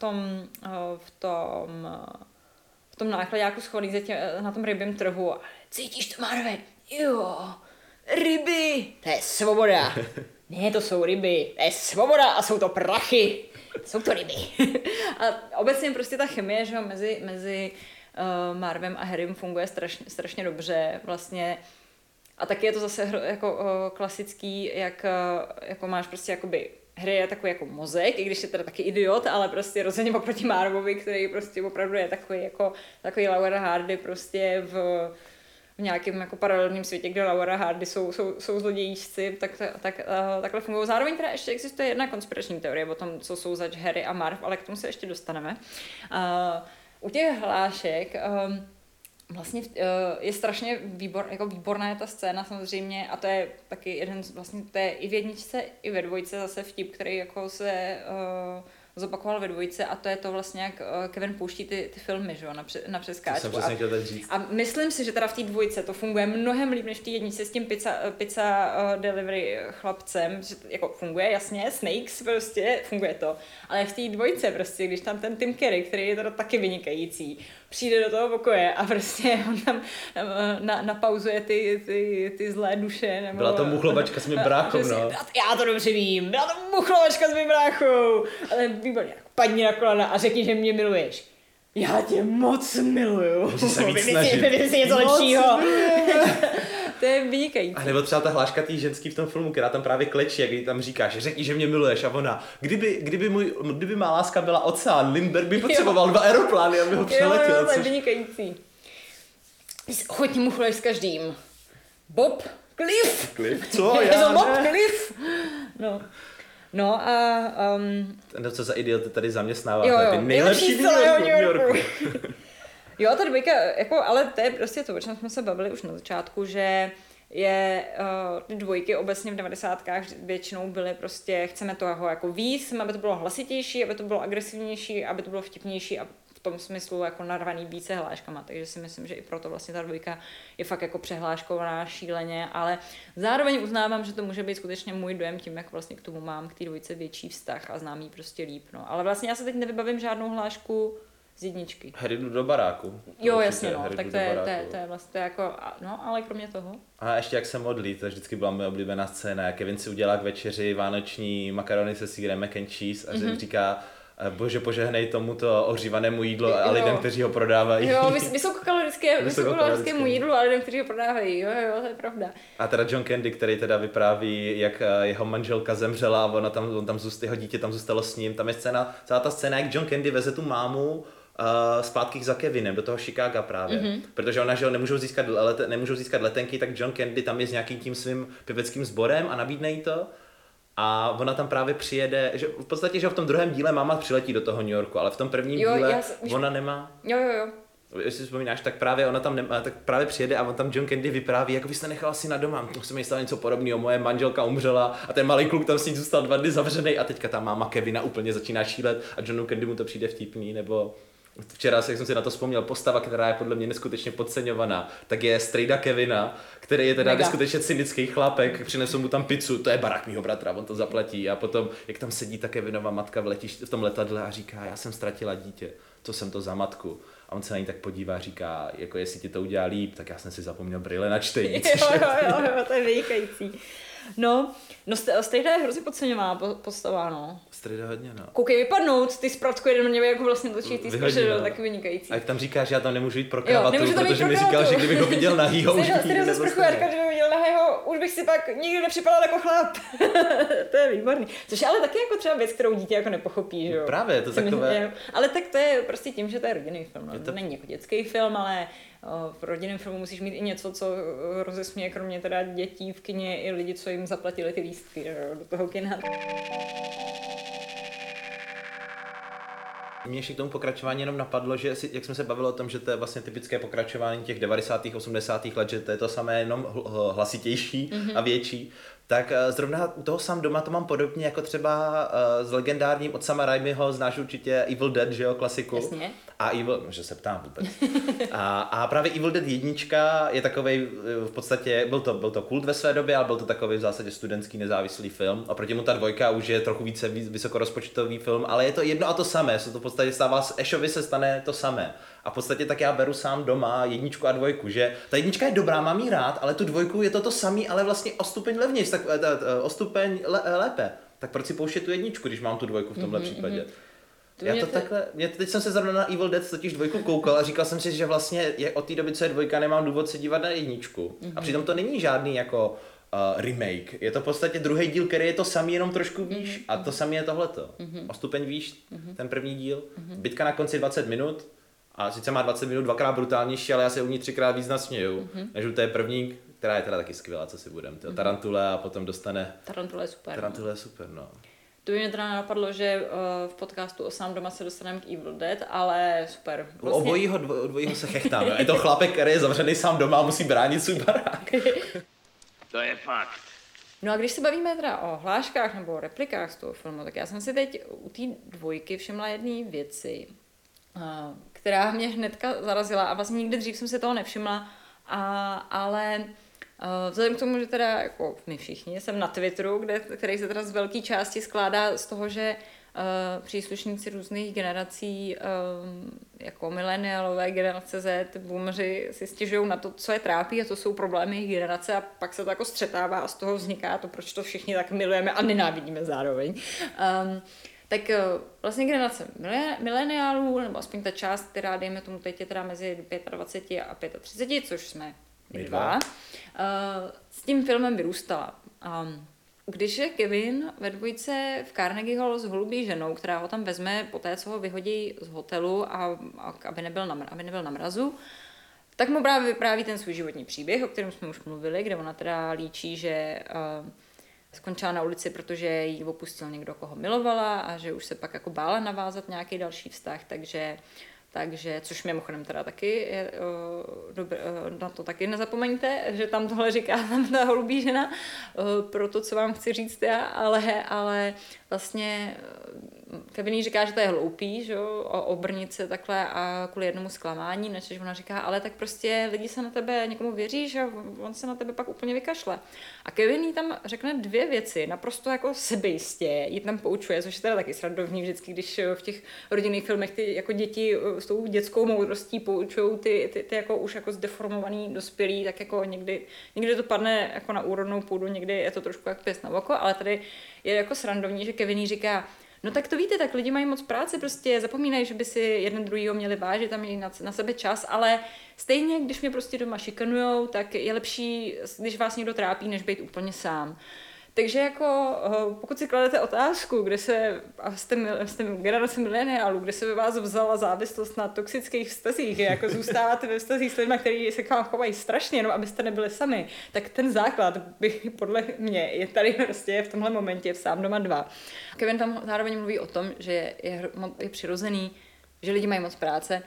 v tom nákladáku schodí na tom rybím trhu. Cítíš to, Marve? Jo, ryby, to je svoboda. Ne, to jsou ryby, to je svoboda a jsou to prachy. Jsou to ryby. A obecně prostě ta chemie, že mezi Marvem a Harrym funguje strašně dobře vlastně. A taky je to zase jako klasický, jako máš prostě jakoby Harry je takový jako mozek, i když je teda taky idiot, ale prostě rozhodně oproti Marvovi, který prostě opravdu je takový Laura Hardy prostě v nějakém jako paralelním světě, kde Laura Hardy jsou zlodějíčci, takhle fungují. Zároveň teda ještě existuje jedna konspirační teorie o tom, co jsou zač Harry a Marv, ale k tomu se ještě dostaneme. U těch hlášek vlastně je strašně výborná ta scéna samozřejmě a to je taky jeden vlastně, to je i v jedničce, i ve dvojce zase vtip, který jako se zopakoval ve dvojce a to je to vlastně, jak Kevin pouští ty filmy, že jo, na přeskáčku. A myslím si, že teda v té dvojce to funguje mnohem líp než v té jedničce s tím pizza delivery chlapcem, že to jako funguje, jasně, Snakes prostě, funguje to, ale v té dvojce prostě, když tam ten Tim Curry, který je teda taky vynikající, přijde do toho pokoje a prostě on tam napauzuje ty zlé duše. Nebo, byla to muchlovačka s mým bráchou, no. Já to dobře vím, byla to muchlovačka s mým bráchou, ale výborně, padni na kolena a řekni, že mě miluješ. Já tě moc miluju. Můžeš se víc snažit. Vymyslí něco lepšího. To je vynikající. A nebo třeba ta hláška tý ženský v tom filmu, která tam právě klečí, jak jí tam říkáš, řekni, že mě miluješ a ona, kdyby má láska byla oceán, Lindbergh by potřeboval 2 aeroplány, aby ho přeletěl. Jo, to je vynikající. Jsi ochotně muchleš s každým. Bob Cliff. Co? Je to Bob Cliff. No a... Ten, co za idioty tady zaměstnává, jo, ty nejlepší v New Yorku. Jo, ta dvojka, jako, ale to je prostě to, o čem jsme se bavili už na začátku, že ty dvojky obecně v 90kách většinou byly prostě, chceme toho jako víc, aby to bylo hlasitější, aby to bylo agresivnější, aby to bylo vtipnější a v tom smyslu jako narvaný více hláškama, takže si myslím, že i proto vlastně ta dvojka je fakt jako přehláškovaná šíleně, ale zároveň uznávám, že to může být skutečně můj dojem tím, jak vlastně k tomu mám k té dvojce větší vztah a znám jí prostě líp, no. Ale vlastně já se teď nevybavím žádnou hlášku z jedničky. Harry jdu do baráku. Jo, jasně, no, tak to je vlastně jako, no, ale kromě toho. A ještě jak se modlí, to vždycky byla moje oblíbená scéna, jak Kevin si udělá k večeři vánoční makarony se sýrem, mac and cheese a říká, Bože, požehnej tomuto ohřívanému jídlu a lidem, kteří ho prodávají. Jo, vysokokalorickému jídlu a lidem, kteří ho prodávají. Jo, to je pravda. A teda John Candy, který teda vypráví, jak jeho manželka zemřela a jeho dítě tam zůstalo s ním. Tam je celá ta scéna, jak John Candy veze tu mámu zpátky za Kevinem do toho Chicaga právě. Protože ona, že nemůžou získat letenky, tak John Candy tam je s nějakým tím svým pěveckým sborem a nabídne jí to. A ona tam právě přijede, že v podstatě, že v tom druhém díle máma přiletí do toho New Yorku, ale v tom prvním díle ona nemá. Jo. Jestli si vzpomínáš, tak právě ona tam nemá, tak právě přijede a on tam John Candy vypráví, jako vy jste nechala syna doma, to se mi stalo něco podobného, moje manželka umřela a ten malý kluk tam s ní zůstal 2 dny zavřený a teďka ta máma Kevina úplně začíná šílet a Johnu Candy mu to přijde vtipný, nebo včera, jak jsem si na to vzpomněl, postava, která je podle mě neskutečně podceňovaná, tak je strejda Kevina, který je teda neskutečně cynický chlapek, přinesou mu tam pizzu, to je barák mýho bratra, on to zaplatí a potom, jak tam sedí ta Kevinova matka v tom letadle a říká, já jsem ztratila dítě, co jsem to za matku. A on se na ní tak podívá a říká, jako jestli ti to udělá líp, tak já jsem si zapomněl brýle na čtení. Jo, to je vynikající. No, Strejda je hrozně podceňovaná postava, no. Strejda hodně, no. Koukej vypadnout, ty zprátko jeden mě jako vlastně točí, ty sprše, tak vynikající. A jak tam říká, že já tam nemůžu jít pro kravatu, protože mi říkal, že kdybych ho viděl nahýho, už bych Strejda se sprchuje a říká, že by viděl nahýho, už bych si pak nikdy nepřipadal jako chlap. To je výborný. Což je ale taky jako třeba věc, kterou dítě jako nepochopí, že jo. Právě, to takové. Ale tak to je prostě tím, že to je rodinný film, no. To není jako dětský film, ale v rodinném filmu musíš mít i něco, co rozesměje kromě teda dětí v kině i lidi, co jim zaplatili ty lístky do toho kina. Mě ještě k tomu pokračování jenom napadlo, že jak jsme se bavili o tom, že to je vlastně typické pokračování těch 90. 80. let, že to je to samé jenom hlasitější a větší, tak zrovna u toho Sám doma to mám podobně jako třeba s legendárním od Sama Raimiho, znáš určitě Evil Dead, že jo, klasiku. Jasně. A že se ptám vůbec. A právě Evil Dead 1 je takovej, v podstatě, byl to kult ve své době, ale byl to takový v zásadě studentský nezávislý film. A proti mu ta 2 už je trochu více vysokorozpočtový film, ale je to jedno a to samé, se to v podstatě stává, z Ashovi se stane to samé. A v podstatě tak já beru Sám doma 1 a 2, že ta 1 je dobrá, mám jí rád, ale tu 2 je to samý, ale vlastně o stupeň levnější, tak o stupeň lépe. Tak proč si pouštět tu 1, když mám tu 2 v tomhle případě? Teď jsem se zrovna na Evil Dead totiž 2 koukal a říkal jsem si, že vlastně od té doby, co je 2, nemám důvod se dívat na 1. A přitom to není žádný jako remake. Je to v podstatě druhý díl, který je to samý, jenom trošku výš a to samý je tohleto. O stupeň výš, ten první díl. Bitka na konci 20 minut a sice má 20 minut 2krát brutálnější, ale já se u ní 3krát víc nasměju, než u té první, která je teda taky skvělá, co si budem. Tarantula a potom dostane... Tarantula je super. Tarantula je super, no. To by mě teda napadlo, že v podcastu o Sám doma se dostaneme k Evil Dead, ale super. Vlastně... Obojího se chechtám. Je to chlapek, který je zavřený sám doma a musí bránit svůj barák. To je fakt. No a když se bavíme teda o hláškách nebo replikách z toho filmu, tak já jsem si teď u té 2 všimla jedné věci, která mě hnedka zarazila a vlastně nikdy dřív jsem si toho nevšimla, ale vzhledem k tomu, že teda jako my všichni jsem na Twitteru, který se teda z velké části skládá z toho, že příslušníci různých generací, jako milenialové, generace Z, boomeři si stěžují na to, co je trápí a to jsou problémy jejich generace a pak se to jako střetává a z toho vzniká to, proč to všichni tak milujeme a nenávidíme zároveň. Tak vlastně generace mileniálů, nebo aspoň ta část, která dejme tomu teď je teda mezi 25 a 35, což jsme My dva. S tím filmem vyrůstala. Když je Kevin ve dvojce v Carnegie Hall s holubí ženou, která ho tam vezme po té, co ho vyhodí z hotelu, aby nebyl na mrazu, tak mu právě vypráví ten svůj životní příběh, o kterém jsme už mluvili, kde ona teda líčí, že skončila na ulici, protože jí opustil někdo, koho milovala a že už se pak jako bála navázat nějaký další vztah, takže což mimochodem teda taky je, na to taky nezapomeňte, že tam tohle říká tam ta holubí žena, pro to, co vám chci říct já, ale vlastně Kevin jí říká, že to je hloupý, že jo, obrnit se takhle a kvůli jednomu zklamání, než ona říká, ale tak prostě lidi se na tebe někomu věří, a on se na tebe pak úplně vykašle. A Kevin jí tam řekne 2 věci, naprosto jako sebejistě, jí tam poučuje, což je teda taky srandovní vždycky, když v těch rodinných filmech ty jako děti s tou dětskou moudrostí poučují ty jako už jako zdeformovaný dospělí, tak jako někdy to padne jako na úrodnou půdu, někdy je to trošku jak pěst na oko, ale tady je jako srandovní, že Kevin jí říká, no tak to víte, tak lidi mají moc práce, prostě zapomínají, že by si jeden druhýho měli vážit a měli na sebe čas, ale stejně, když mě prostě doma šikanujou, tak je lepší, když vás někdo trápí, než být úplně sám. Takže jako, pokud si kladete otázku, kde jste generace mileniálů, kde se ve vás vzala závislost na toxických vztazích, jako zůstáváte ve vztazích s lidmi, kteří se k vám chovají strašně, jenom abyste nebyli sami, tak ten základ by podle mě je tady prostě v tomhle momentě v Sám doma 2. Kevin tam zároveň mluví o tom, že je přirozený, že lidi mají moc práce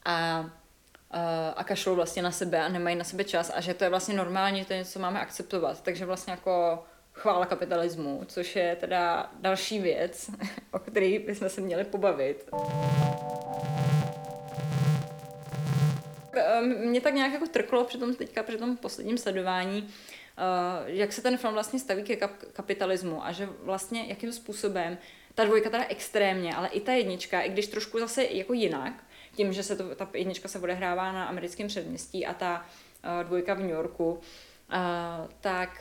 a kašlou vlastně na sebe a nemají na sebe čas a že to je vlastně normální, že to je něco, co máme akceptovat. Takže vlastně jako chvála kapitalismu, což je teda další věc, o které bychom se měli pobavit. Mě tak nějak jako trklo při tom posledním sledování, jak se ten film vlastně staví ke kapitalismu a že vlastně jakým způsobem ta dvojka teda extrémně, ale i ta jednička, i když trošku zase jako jinak, tím, že ta jednička se odehrává na americkém předměstí a ta dvojka v New Yorku, tak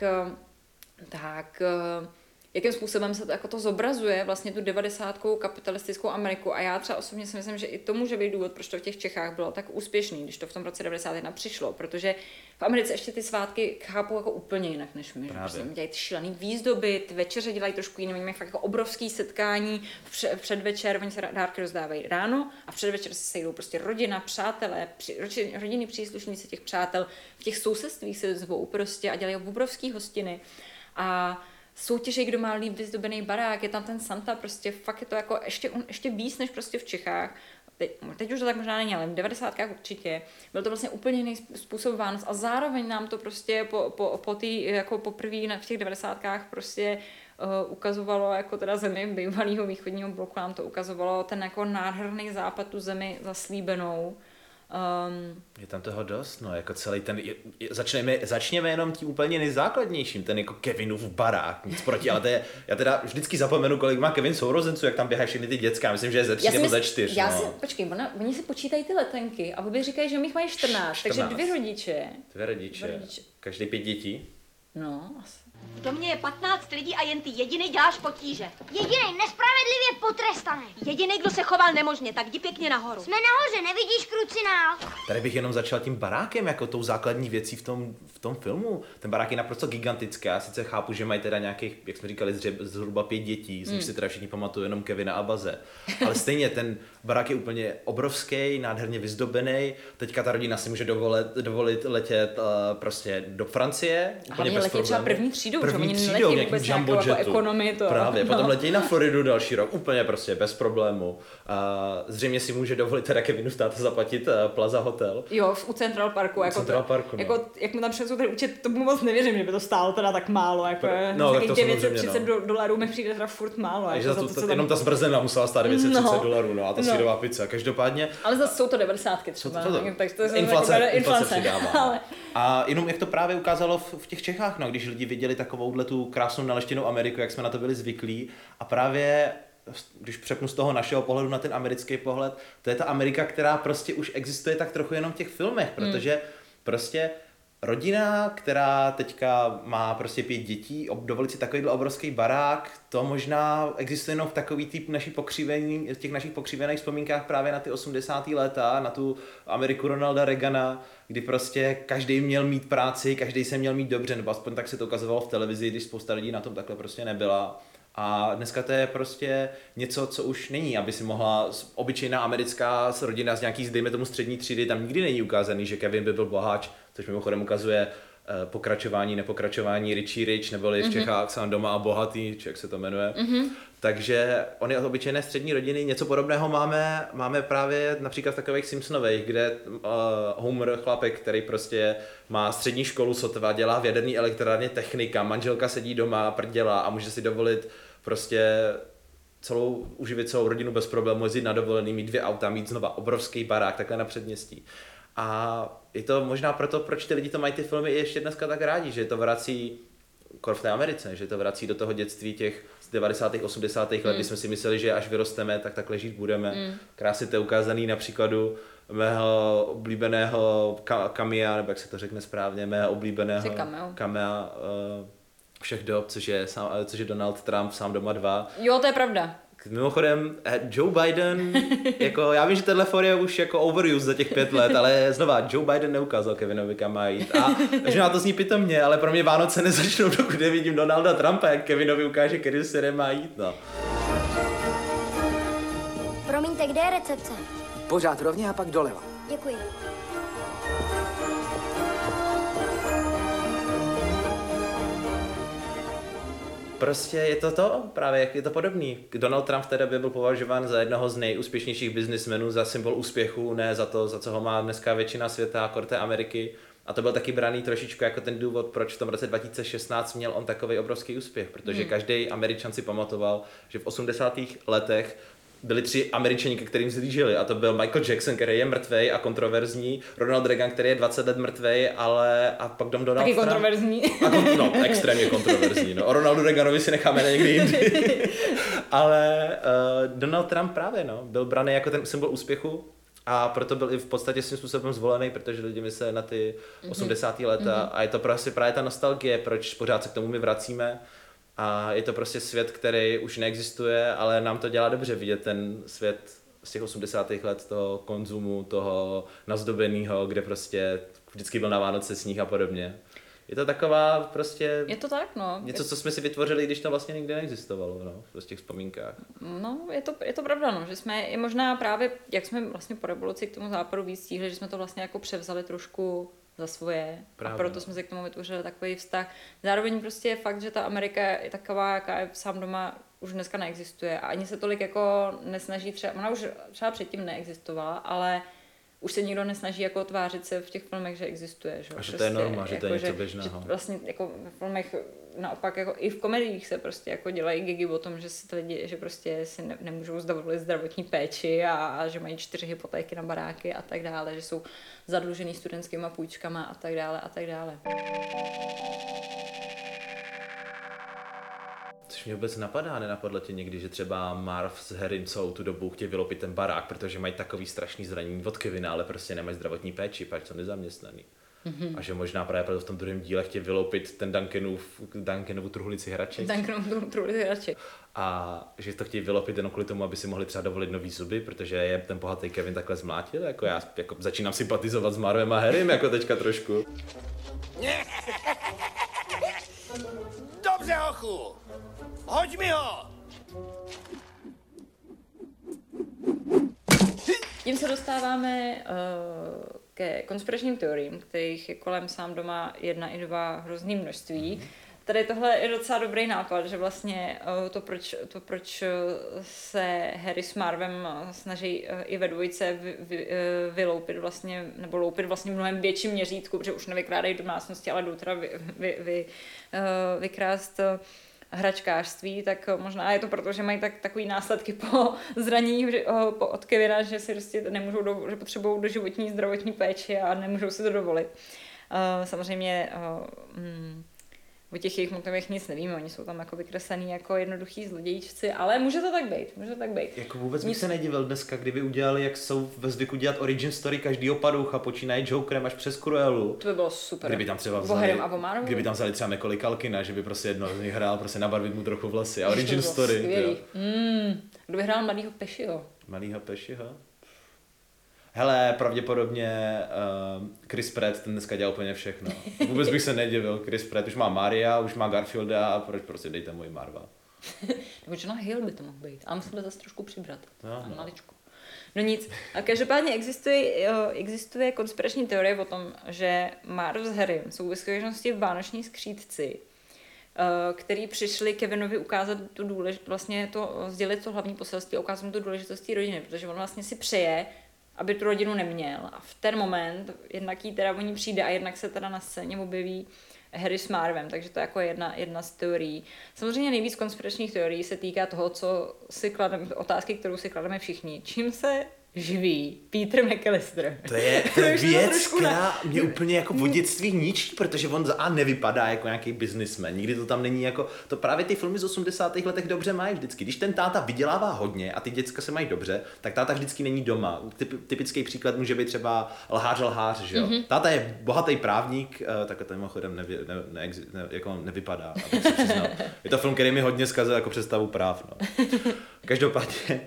jakým způsobem se to, jako to zobrazuje vlastně tu 90kou kapitalistickou Ameriku a já třeba osobně si myslím, že i to může být důvod, proč to v těch Čechách bylo tak úspěšný, když to v tom roce 91 přišlo, protože v Americe ještě ty svátky chápou jako úplně jinak než my, že dělají ty šílený výzdoby, ty večeře dělají trošku jiné, oni mají fakt jako obrovský setkání, předvečer oni se dárky rozdávají ráno a předvečer se sejdou prostě rodina, přátelé, rodinní příslušníci těch přátel, v těch sousedstvích se zvou prostě a dělají obrovský hostiny a soutěže, kdo má líp vyzdobený barák, je tam ten Santa, prostě fakt je to jako ještě víc než prostě v Čechách. Teď už to tak možná není, ale v 90kách určitě. Byl to vlastně úplně jiný způsob Vánoc a zároveň nám to prostě jako poprvé v těch 90kách prostě ukazovalo jako teda zemi bývalého východního bloku, nám to ukazovalo ten jako nádherný západ, tu zemi zaslíbenou. Je tam toho dost, no, jako celý ten, začněme jenom tím úplně nejzákladnějším, ten jako Kevinův barák, nic proti, ale to je, já teda vždycky zapomenu, kolik má Kevin sourozenců, jak tam běhají všechny ty děcka, myslím, že je ze 3 nebo ze 4. Počkej, oni si počítají ty letenky a obě říkají, že mi jich mají 14, takže 2 rodiče. 2 rodiče, každý 5 dětí. No, asi. V domě je 15 lidí a jen ty jediný děláš potíže. Jediný nespravedlivě potrestaný. Jediný, kdo se choval nemožně, tak jdi pěkně nahoru. Jsme nahoře, nevidíš krucinál? Tady bych jenom začal tím barákem, jako tou základní věcí v tom filmu. Ten barák je naprosto gigantický. Já sice chápu, že mají teda nějakých, jak jsme říkali, zhruba 5 dětí, z nich si teda všichni pamatuju jenom Kevina a Baze. Ale stejně ten barák je úplně obrovský, nádherně vyzdobený. Teďka ta rodina si může dovolit letět prostě do Francie. Úplně bez problémů. Třeba první třídou, nějakým jumbo jetu. Ekonomii to. Právě, potom letějí na Floridu další rok, úplně prostě bez problému. Zřejmě si může dovolit teda Kevinův táta zaplatit Plaza Hotel. Jo, u Central Parku. Jak mu tam přinesou ten účet, tomu moc nevěřím, že by to stálo teda tak málo. Jako, no, tak to $930 mi přijde teda furt málo. Takže jako jenom ta zmrzlina musela stát $930, no a ta sírová pizza. Každopádně. Ale zase jsou to 90ky třeba. Inflace přidává. A jenom jak to právě ukázalo v těch Čechách, no, když lidi viděli takovouhle tu krásnou naleštěnou Ameriku, jak jsme na to byli zvyklí a právě když přepnu z toho našeho pohledu na ten americký pohled, to je ta Amerika, která prostě už existuje tak trochu jenom v těch filmech, protože prostě rodina, která teďka má prostě 5 dětí, dovolit si takovýhle obrovský barák, to možná existuje jenom v takový typ těch našich pokřivených vzpomínkách právě na ty 80. léta, na tu Ameriku Ronalda Reagana, kdy prostě každý měl mít práci, každý se měl mít dobře, nebo aspoň tak se to ukazovalo v televizi, když spousta lidí na tom takhle prostě nebyla. A dneska to je prostě něco, co už není, aby si mohla obyčejná americká rodina z nějaký, dejme tomu střední třídy, tam nikdy není ukázaný, že Kevin by byl boháč, což mimochodem ukazuje nepokračování Richie Rich, neboli v Čechách Sám doma a bohatý, či jak se to jmenuje. Takže oni od obyčejné střední rodiny, něco podobného máme právě například v takových Simpsonových, kde Homer, chlapek, který prostě má střední školu sotva, dělá v jaderné elektrárně technika, manželka sedí doma, prdělá a může si dovolit prostě uživit celou rodinu bez problémů, jezdit na dovolený, mít 2 auta, mít znova obrovský barák takhle na předměstí. A je to možná proto, proč ty lidi to mají ty filmy i ještě dneska tak rádi, že to vrací v té Americe, že to vrací do toho dětství těch z 90. 80. let, kdy jsme si mysleli, že až vyrosteme, tak takhle žít budeme. Krásně to je ukázaný na příkladu mého oblíbeného camea, nebo jak se to řekne správně, mého oblíbeného camea všech dob, což je Donald Trump Sám doma 2. Jo, to je pravda. Mimochodem, Joe Biden, jako já vím, že tenhle for je už jako overuse za těch 5 let, ale znova, Joe Biden neukázal Kevinovi, kam má jít. A možná to zní pitomně, ale pro mě Vánoce nezačnou, dokud nevidím Donalda Trumpa, jak Kevinovi ukáže, který se nemá jít, no. Promiňte, kde je recepce? Pořád rovně a pak doleva. Děkuji. Prostě je to právě, je to podobný. Donald Trump v té době byl považován za jednoho z nejúspěšnějších biznismenů, za symbol úspěchu, ne za to, za co ho má dneska většina světa, korte Ameriky. A to byl taky braný trošičku jako ten důvod, proč v tom roce 2016 měl on takový obrovský úspěch, protože každý Američan si pamatoval, že v 80. letech byli 3 Američani, ke kterým zlížili, a to byl Michael Jackson, který je mrtvej a kontroverzní, Ronald Reagan, který je 20 let mrtvej, a pak Donald Trump. Taky kontroverzní. Extrémně kontroverzní. No. O Ronaldu Reaganovi si necháme na někdy jindy. Ale Donald Trump právě byl braný jako ten symbol úspěchu a proto byl i v podstatě svým způsobem zvolený, protože lidi mysleli na ty 80. leta a je to prostě právě ta nostalgie, proč pořád se k tomu my vracíme. A je to prostě svět, který už neexistuje, ale nám to dělá dobře vidět ten svět z těch 80. let, toho konzumu, toho nazdobeného, kde prostě vždycky byl na Vánoce sníh a podobně. Je to taková prostě... Je to tak, no. Něco, co jsme si vytvořili, když to vlastně nikdy neexistovalo, v těch vzpomínkách. No, je to pravda, no, že jsme i možná právě, jak jsme vlastně po revoluci k tomu západu víc stíhli, že jsme to vlastně jako převzali trošku za svoje. Právě, a proto jsme si k tomu vytvořili takový vztah. Zároveň prostě je fakt, že ta Amerika je taková, jaká je Sám doma, už dneska neexistuje a ani se tolik jako nesnaží ona už třeba předtím neexistovala, ale už se nikdo nesnaží jako tvářit se v těch filmech, že existuje. Že? A že to je norma, že to je něco běžného. Že vlastně jako ve filmech, naopak jako i v komediích se prostě jako dělají gigy o tom, že si lidi, že prostě si nemůžou dovolit zdravotní péči a že mají 4 hypotéky na baráky a tak dále, že jsou zadlužený studentskýma půjčkama a tak dále a tak dále. Což mě vůbec nenapadlo tě někdy, že třeba Marv s Harrym celou tu dobu chtějí vylopit ten barák, protože mají takový strašný zranění od Kevina, ale prostě nemají zdravotní péči, pak jsou nezaměstnaný. A že možná právě proto v tom druhém díle chtějí vyloupit ten Duncanovu truhlici hraček. Duncanovu truhlici hraček. A že to chtějí vylopit jenom kvůli tomu, aby si mohli třeba dovolit nový zuby, protože je ten bohatý Kevin takhle zmlátil. Jako já začínám sympatizovat s Marvem a Harrym jako teďka trošku. Dobře, hochu! Hoď mi ho! Tím se dostáváme ke konspiračním teoriím, kterých je kolem Sám doma 1 i 2 hrozný množství. Tady tohle je docela dobrý nápad, že vlastně to, proč se Harry s Marvem snaží i ve dvojce vyloupit vlastně, nebo loupit vlastně v mnohem větším měřítku, protože už nevykrádají domácnosti, ale jdou teda vykrást hračkářství, tak možná je to proto, že mají takový následky po zranění od Kevina, že si prostě nemůžou, že potřebují doživotní zdravotní péči a nemůžou si to dovolit. Samozřejmě O těch jejich motivech nic nevíme, oni jsou tam jako vykreslený jako jednoduchý zlodějčci, ale může to tak být. Jako vůbec bych se nedivil dneska, kdyby udělali, jak jsou ve zvyku dělat origin story každýho padoucha, počínají Jokerem až přes Cruellu. To by bylo super. Kdyby tam třeba vzali třeba Macaulay Culkina, že by prostě jedno z nich hrál, prostě nabarvit mu trochu vlasy a origin story. Kdo by hrál mladýho Pesciho? Malýho Pesciho? Hele, pravděpodobně Chris Pratt ten dneska dělal úplně všechno. Vůbec bych se nedivil. Chris Pratt už má Maria, už má Garfielda a proč prostě dejte můj Marva. Nebo Jonah Hill by to mohl být, ale musel by zase trošku přibrat. No. Maličku. No nic. A každopádně existuje konspirační teorie o tom, že Marv s Harrym jsou ve skutečnosti vánoční skřídci, který přišli Kevinovi ukázat sdělit to hlavní poselství a ukázat mu tu důležitost té rodiny, protože on vlastně si přeje, aby tu rodinu neměl. A v ten moment jednak jí teda o ní přijde a jednak se teda na scéně objeví Harry s Marvem, takže to je jako jedna z teorií. Samozřejmě nejvíc konspiračních teorií se týká toho, otázky, kterou si klademe všichni. Čím se živí Peter McAllister? To je věc, která mě úplně jako v dětství ničí, protože on nevypadá jako nějaký businessman. Nikdy to tam není jako, to právě ty filmy z 80. letech dobře mají vždycky. Když ten táta vydělává hodně a ty děcka se mají dobře, tak táta vždycky není doma. Typický příklad může být třeba lhář, že jo. Táta je bohatý právník, tak to mimochodem jako nevypadá, abych se přiznal. Je to film, který mi hodně zkazil jako představu práv, no. Každopádně,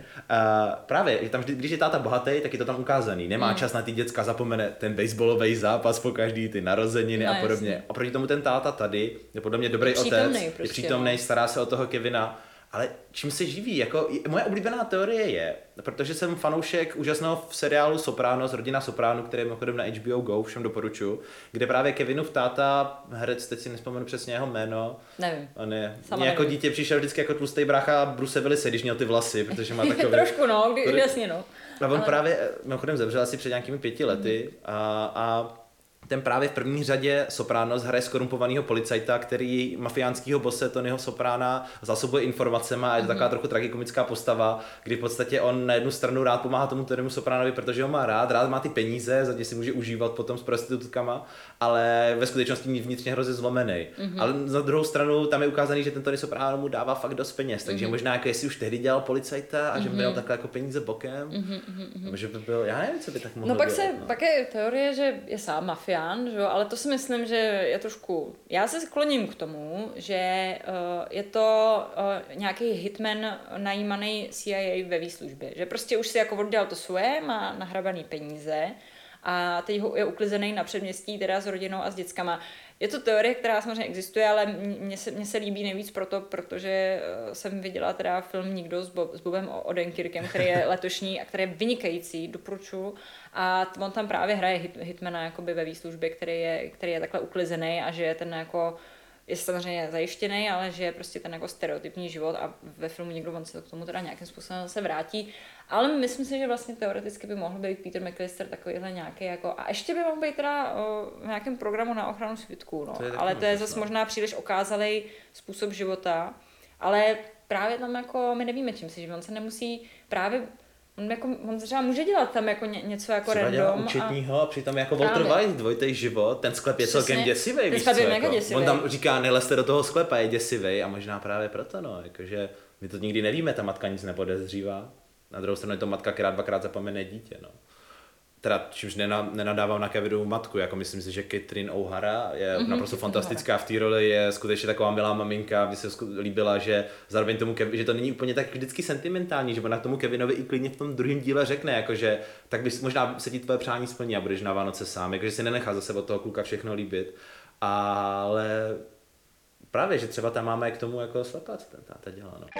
právě, že tam, když je táta bohatý, tak je to tam ukázaný. Nemá čas na ty děcka, zapomene ten baseballový zápas po každý, ty narozeniny a podobně. Jasný. Oproti tomu ten táta tady je podle mě dobrý otec, je přítomnej, stará se o toho Kevina. Ale čím se živí? Jako, moje oblíbená teorie je, protože jsem fanoušek úžasného seriálu Sopranos, Rodina Sopránů, který je mimochodem na HBO Go, všem doporučuji, kde právě Kevinův táta, herec, teď si nespomenu přesně jeho jméno. Nevím. On je, jako dítě přišel vždycky jako tlustý brácha Bruce Willise, když měl ty vlasy, protože má takový... Trošku no, jasně no. A on právě, mimochodem zemřel asi před nějakými 5 lety a ten právě v první řadě Sopranos hraje skorumpovaného policajta, který mafiánského bose Tonyho Soprána zásobuje informacema a je to taková trochu tragikomická postava, kdy v podstatě on na jednu stranu rád pomáhá tomu Tonymu Sopránovi, protože ho má rád má ty peníze, za ně si může užívat potom s prostitutkama, ale ve skutečnosti vnitřně hrozně zlomený. Ale na druhou stranu tam je ukázaný, že ten Tony Soprano mu dává fakt dost peněz, takže možná jako jestli už tehdy dělal policajta a že by měl takhle jako peníze bokem, že by byl, já nevím, co by tak mohlo dělat. Pak je teorie, že je sám mafián, že jo? Ale to si myslím, že je trošku... Já se skloním k tomu, že je to nějaký hitman najímaný CIA ve výslužbě. Že prostě už si jako oddělal to svoje, má nahrabaný peníze a teď je uklizený na předměstí teda s rodinou a s dětskama. Je to teorie, která samozřejmě existuje, ale mně se líbí nejvíc protože jsem viděla teda film Nikdo s Bobem Odenkirkem, který je letošní a který je vynikající, doporučuji. A on tam právě hraje hitmana jakoby ve výslužbě, který je takhle uklizený a že je ten jako je samozřejmě zajištěný, ale že je prostě ten jako stereotypní život a ve filmu Nikdo on se k tomu teda nějakým způsobem se vrátí. Ale myslím si, že vlastně teoreticky by mohl být Peter McAllister takovýhle nějaký jako... A ještě by mohl být teda v nějakém programu na ochranu svědků, no. Ale to je zase možná příliš okázalej způsob života. Ale právě tam jako my nevíme, čím si živí. On se nemusí právě... On třeba může dělat tam jako něco jako třeba random. Účetního a přitom jako Walter White, dvojitej život, ten sklep je celkem děsivý, víš co, jako, on tam říká, nelezte do toho sklepa, je děsivý a možná právě proto, no, jakože my to nikdy nevíme, ta matka nic nepodezřívá, na druhou stranu je to matka, která dvakrát zapomene dítě, no. Teda čímž nenadávám na Kevinovu matku, jako myslím si, že Catherine O'Hara je naprosto fantastická v té roli, je skutečně taková milá maminka, mně se líbila, že zároveň tomu že to není úplně tak vždycky sentimentální, že ona k tomu Kevinovi i klidně v tom druhém díle řekne, jakože tak bys možná se ti tvoje přání splní a budeš na Vánoce sám, jakože si nenechá zase od toho kluka všechno líbit, ale právě, že třeba tam máme k tomu jako slepat, ten táta dělá, no.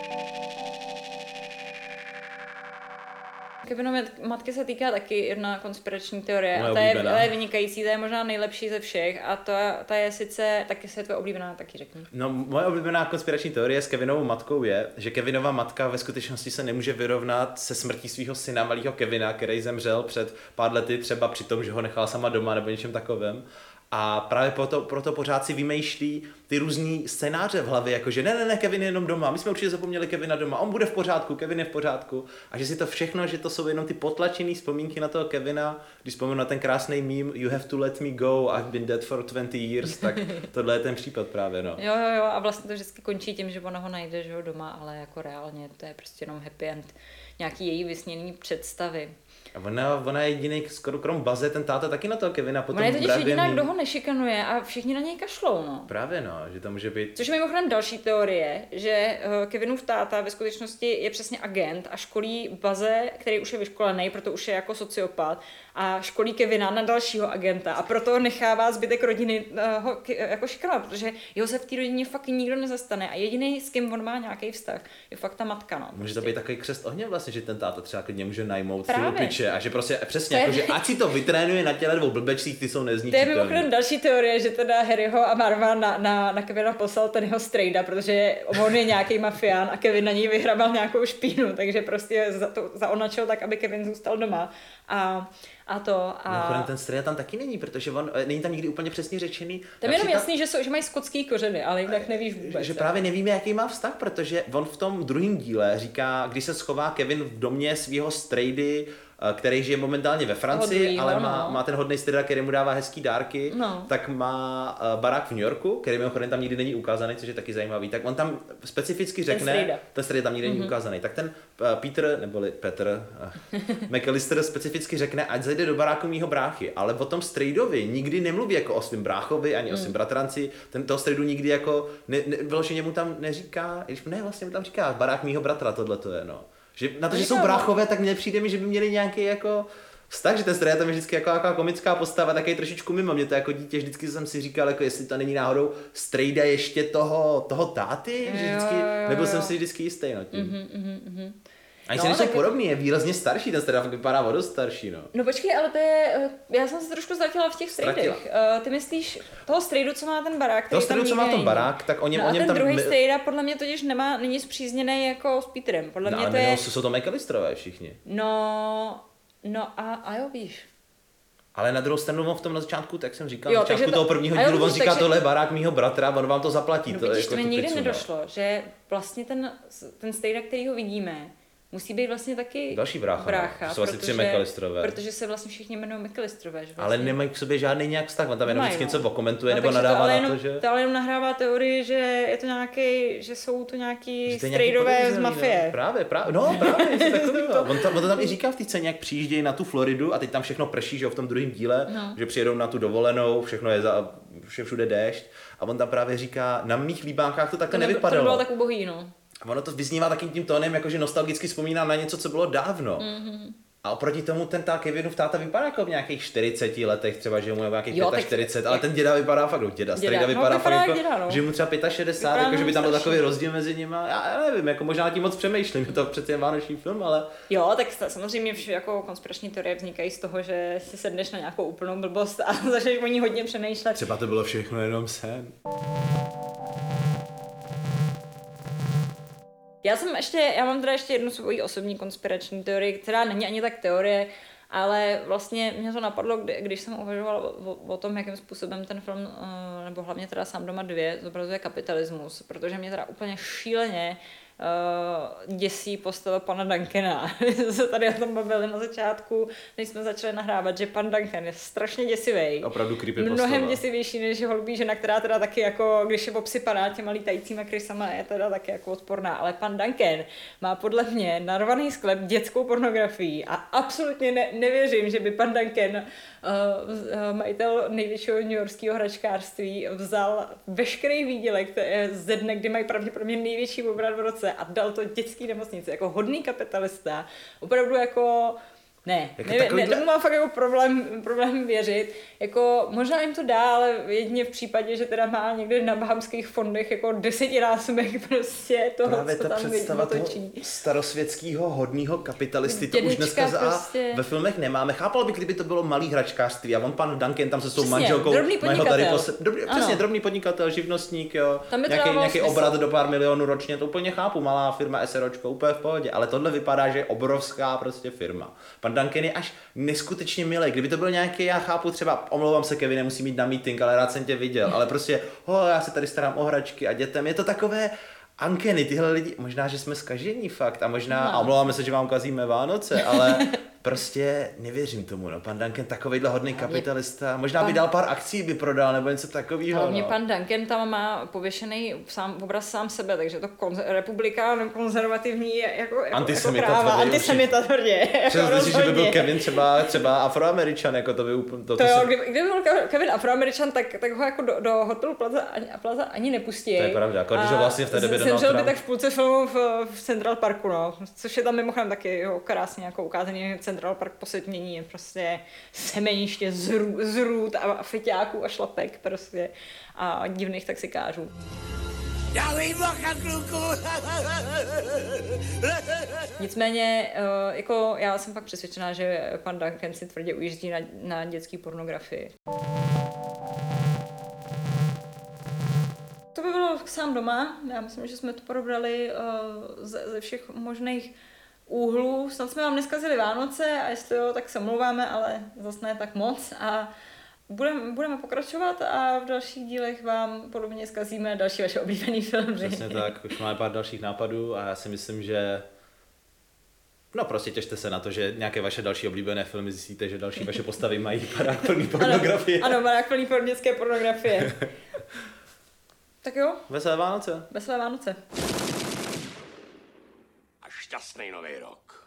Kevinově matky se týká taky jedna konspirační teorie a ta je vynikající, ta je možná nejlepší ze všech a ta je sice, taky se tvoje oblíbená, taky řekni. No moje oblíbená konspirační teorie s Kevinovou matkou je, že Kevinova matka ve skutečnosti se nemůže vyrovnat se smrtí svého syna malého Kevina, který zemřel před pár lety třeba při tom, že ho nechal sama doma nebo něčem takovém. A právě proto pořád si vymýšlí ty různý scénáře v hlavě, jako že ne, Kevin je jenom doma, my jsme určitě zapomněli Kevina doma, on bude v pořádku, Kevin je v pořádku. A že si to všechno, že to jsou jenom ty potlačené vzpomínky na toho Kevina, když vzpomenu na ten krásný meme You have to let me go, I've been dead for 20 years, tak tohle je ten případ právě, no. Jo, a vlastně to vždycky končí tím, že ona ho najde, že ho doma, ale jako reálně to je prostě jenom happy end, nějaký její vysněný představy. A ona je jediný, skoro krom Baze, ten táta taky na toho Kevina potom ona je totiž jediná, kdo ho nešikanuje a všichni na něj kašlou, no. Právě no, že to může být... Což je mimochodem další teorie, že Kevinův táta ve skutečnosti je přesně agent a školí Baze, který už je vyškolený, proto už je jako sociopat, a školí Kevina na dalšího agenta a proto nechává zbytek rodiny ho jako šikanovat, protože jeho se v té rodině fakt nikdo nezastane a jediný, s kým on má nějaký vztah, je fakt ta matka, no. Může to být takový křest ohně vlastně, že ten táta třeba klidně může najmout Právě. a že prostě přesně, jako, že ať si to vytrénuje na těle dvou blbečcích, ty jsou nezničitelný. To je mimochodem další teorie, že teda Harryho a Marva na Kevina poslal ten jeho strejda, protože on je nějaký mafián a Kevin na něj vyhrabal nějakou špínu, takže prostě zaonačil tak, aby Kevin zůstal doma. Mimochodem ten strejda tam taky není, protože on není tam nikdy úplně přesně řečený. Tam je jenom jasný, že mají skotský kořeny, ale jinak nevíš vůbec. Že právě nevíme, jaký má vztah, protože on v tom druhém díle říká, když se schová Kevin v domě svého strejdy, který žije momentálně ve Francii, ale má ten hodnej strejda, který mu dává hezký dárky, tak má barák v New Yorku, který mimochodem tam nikdy není ukázaný, což je taky zajímavý. Tak on tam specificky řekne, ten strejda tam nikdy není ukázaný. Tak ten Petr McAllister specificky řekne, ať zajde do baráku mýho bráchy, ale o tom strejdovi nikdy nemluví jako o svým bráchovi ani o svým bratranci. Toho strejdu nikdy jako vyloženě mu tam neříká, vlastně mu tam říká barák mýho bratra, tohle to je, no. Že na to, že jsou bráchové, tak mně přijde mi, že by měli nějaký jako vztah, že ten strejda tam je vždycky jako nějaká komická postava, taky trošičku mimo. Mě to jako dítě vždycky jsem si říkal, jako jestli to není náhodou strejda ještě toho táty, že vždycky, nebyl jsem si vždycky jistý nad tím. Ani se nejsou podobný, je výrazně starší, ten strejda vypadá o dost starší, no. No počkej, ale to je, já jsem se trošku ztratila v těch strejdech. Ty myslíš toho strejdu, co má ten barák, který tam co má ten barák, tak o něm ten tam... druhý strejda podle mě totiž není spřízněný jako s Peterem. Podle mě to je... jsou to McAllisterové všichni. No a jo, víš. Ale na druhou stranu v tom na začátku, tak jsem říkal, na začátku toho prvního dílu, on říká, tohle je barák mýho bratra, on vám to zaplatí. No to vidíš, jako to mi nikdy nedošlo, že vlastně ten strejda, který ho vidíme, musí být vlastně taky další brácha, jsou asi 3 McAllisterové. Protože se vlastně všichni jmenují McAllisterové. Vlastně... Ale nemají k sobě žádný nějak vztah, on tam jenom vždycky něco okomentuje nebo nadává na to, že... To ale jenom nahrává teorii, že je to nějaký, že jsou to nějaký strejdové z mafie. No, právě, on to tam i říká v té scéně, jak přijíždějí na tu Floridu a teď tam všechno prší, že v tom druhém díle, že přijedou na tu dovolenou, všechno je všude déšť a on tam právě říká, na mých líbánkách to takhle nevypadalo. To bylo tak ubohý, no. A ono to vyznívá takým tím tónem, jakože nostalgicky vzpomíná na něco, co bylo dávno. A oproti tomu ten Kevinův táta vypadá jako v nějakých 40 letech, třeba, že mu je nějakých 45, ale ten děda vypadá fakt, strejda vypadá fakt jako, že mu třeba 65, jako, že by tam byl takový rozdíl mezi nima. Já nevím, jako možná tím moc přemýšlím, je to přece jen vánoční film, ale... Jo, tak samozřejmě jako konspirační teorie vznikají z toho, že si sedneš na nějakou úplnou blbost a začneš o ní hodně přemýšlet. Třeba to bylo všechno jenom sen. Já mám teda ještě jednu svoji osobní konspirační teorii, která není ani tak teorie, ale vlastně mě to napadlo, když jsem uvažovala o tom, jakým způsobem ten film, nebo hlavně teda Sám doma 2, zobrazuje kapitalismus, protože mě teda úplně šíleně děsí postava pana Duncana. Jsme se tady o tom bavili na začátku, než jsme začali nahrávat, že pan Duncan je strašně děsivý. Opravdu creepy postava. Mnohem postava. děsivější než holubí žena, která teda taky jako, když je obsypaná těma lítajícíma krysama, je teda taky jako odporná. Ale pan Duncan má podle mě narvaný sklep dětskou pornografií a absolutně nevěřím, že by pan Duncan, majitel největšího newyorského hračkářství, vzal veškerý výdělek ze dne, kdy mají pravděpodobně největší obrat v roce a dal to dětský nemocnici, jako hodný kapitalista, opravdu jako tomu mám fakt jako problém věřit, jako možná jim to dá, ale jedině v případě, že teda má někde na bahamských fondech jako 10násobek prostě toho, právě co tam točí. Starosvětského hodného kapitalisty, to už dneska prostě... ve filmech nemáme. Chápal bych, kdyby to bylo malý hračkářství a on pan Duncan tam se svou manželkou, drobný podnikatel. Drobný podnikatel, živnostník, jo. Nějaký obrat do pár milionů ročně, to úplně chápu, malá firma SROčko, úplně v pohodě, ale tohle vypadá, že je obrovská prostě firma. Pan Duncan je až neskutečně milý. Kdyby to byl nějaký, já chápu třeba, omlouvám se Kevin, nemusí mít na meeting, ale rád jsem tě viděl, ale prostě, já se tady starám o hračky a dětem, je to takové uncanny, tyhle lidi, možná, že jsme zkažení fakt a možná, a omlouváme se, že vám kazíme Vánoce, ale prostě nevěřím tomu, no. Pan Duncan takovejhle hodný kapitalista, možná by dal pár akcí, by prodal, nebo něco takového. Hlavně no. pan Duncan tam má pověšený obraz sám sebe, takže to republikán konzervativní jako Antisemita práva, tvrdě, antisemita tvrdě. Přesně, že by byl Kevin třeba Afroameričan, jako to by úplně... To jo, kdyby byl Kevin Afroameričan, tak ho jako do hotelu Plaza ani nepustí. To je pravda, jako když ho vlastně v té době Donald Trump by tak v půlce filmu v Central Parku, no. Což je tam mimochodem taky krásně jako ukázaný. Central Park po setmění je prostě semeniště zrůd a feťáků a šlapek prostě a divných taxikářů. Dávej bacha, kluku! Nicméně, jako já jsem fakt přesvědčená, že pan Duncan si tvrdě ujíždí na dětský pornografii. To by bylo sám doma. Já myslím, že jsme to probrali ze všech možných úhlů. Snad jsme vám neskazili Vánoce a jestli jo, tak se omlouváme, ale zase ne tak moc. A budeme pokračovat a v dalších dílech vám podobně zkazíme další vaše oblíbené filmy. Přesně tak, už máme pár dalších nápadů a já si myslím, že no prostě těšte se na to, že nějaké vaše další oblíbené filmy zjistíte, že další vaše postavy mají barák plný pornografie. Ano, barák plný dětské pornografie. Tak jo. Veselé Vánoce. Veselé Vánoce. A šťastný nový rok.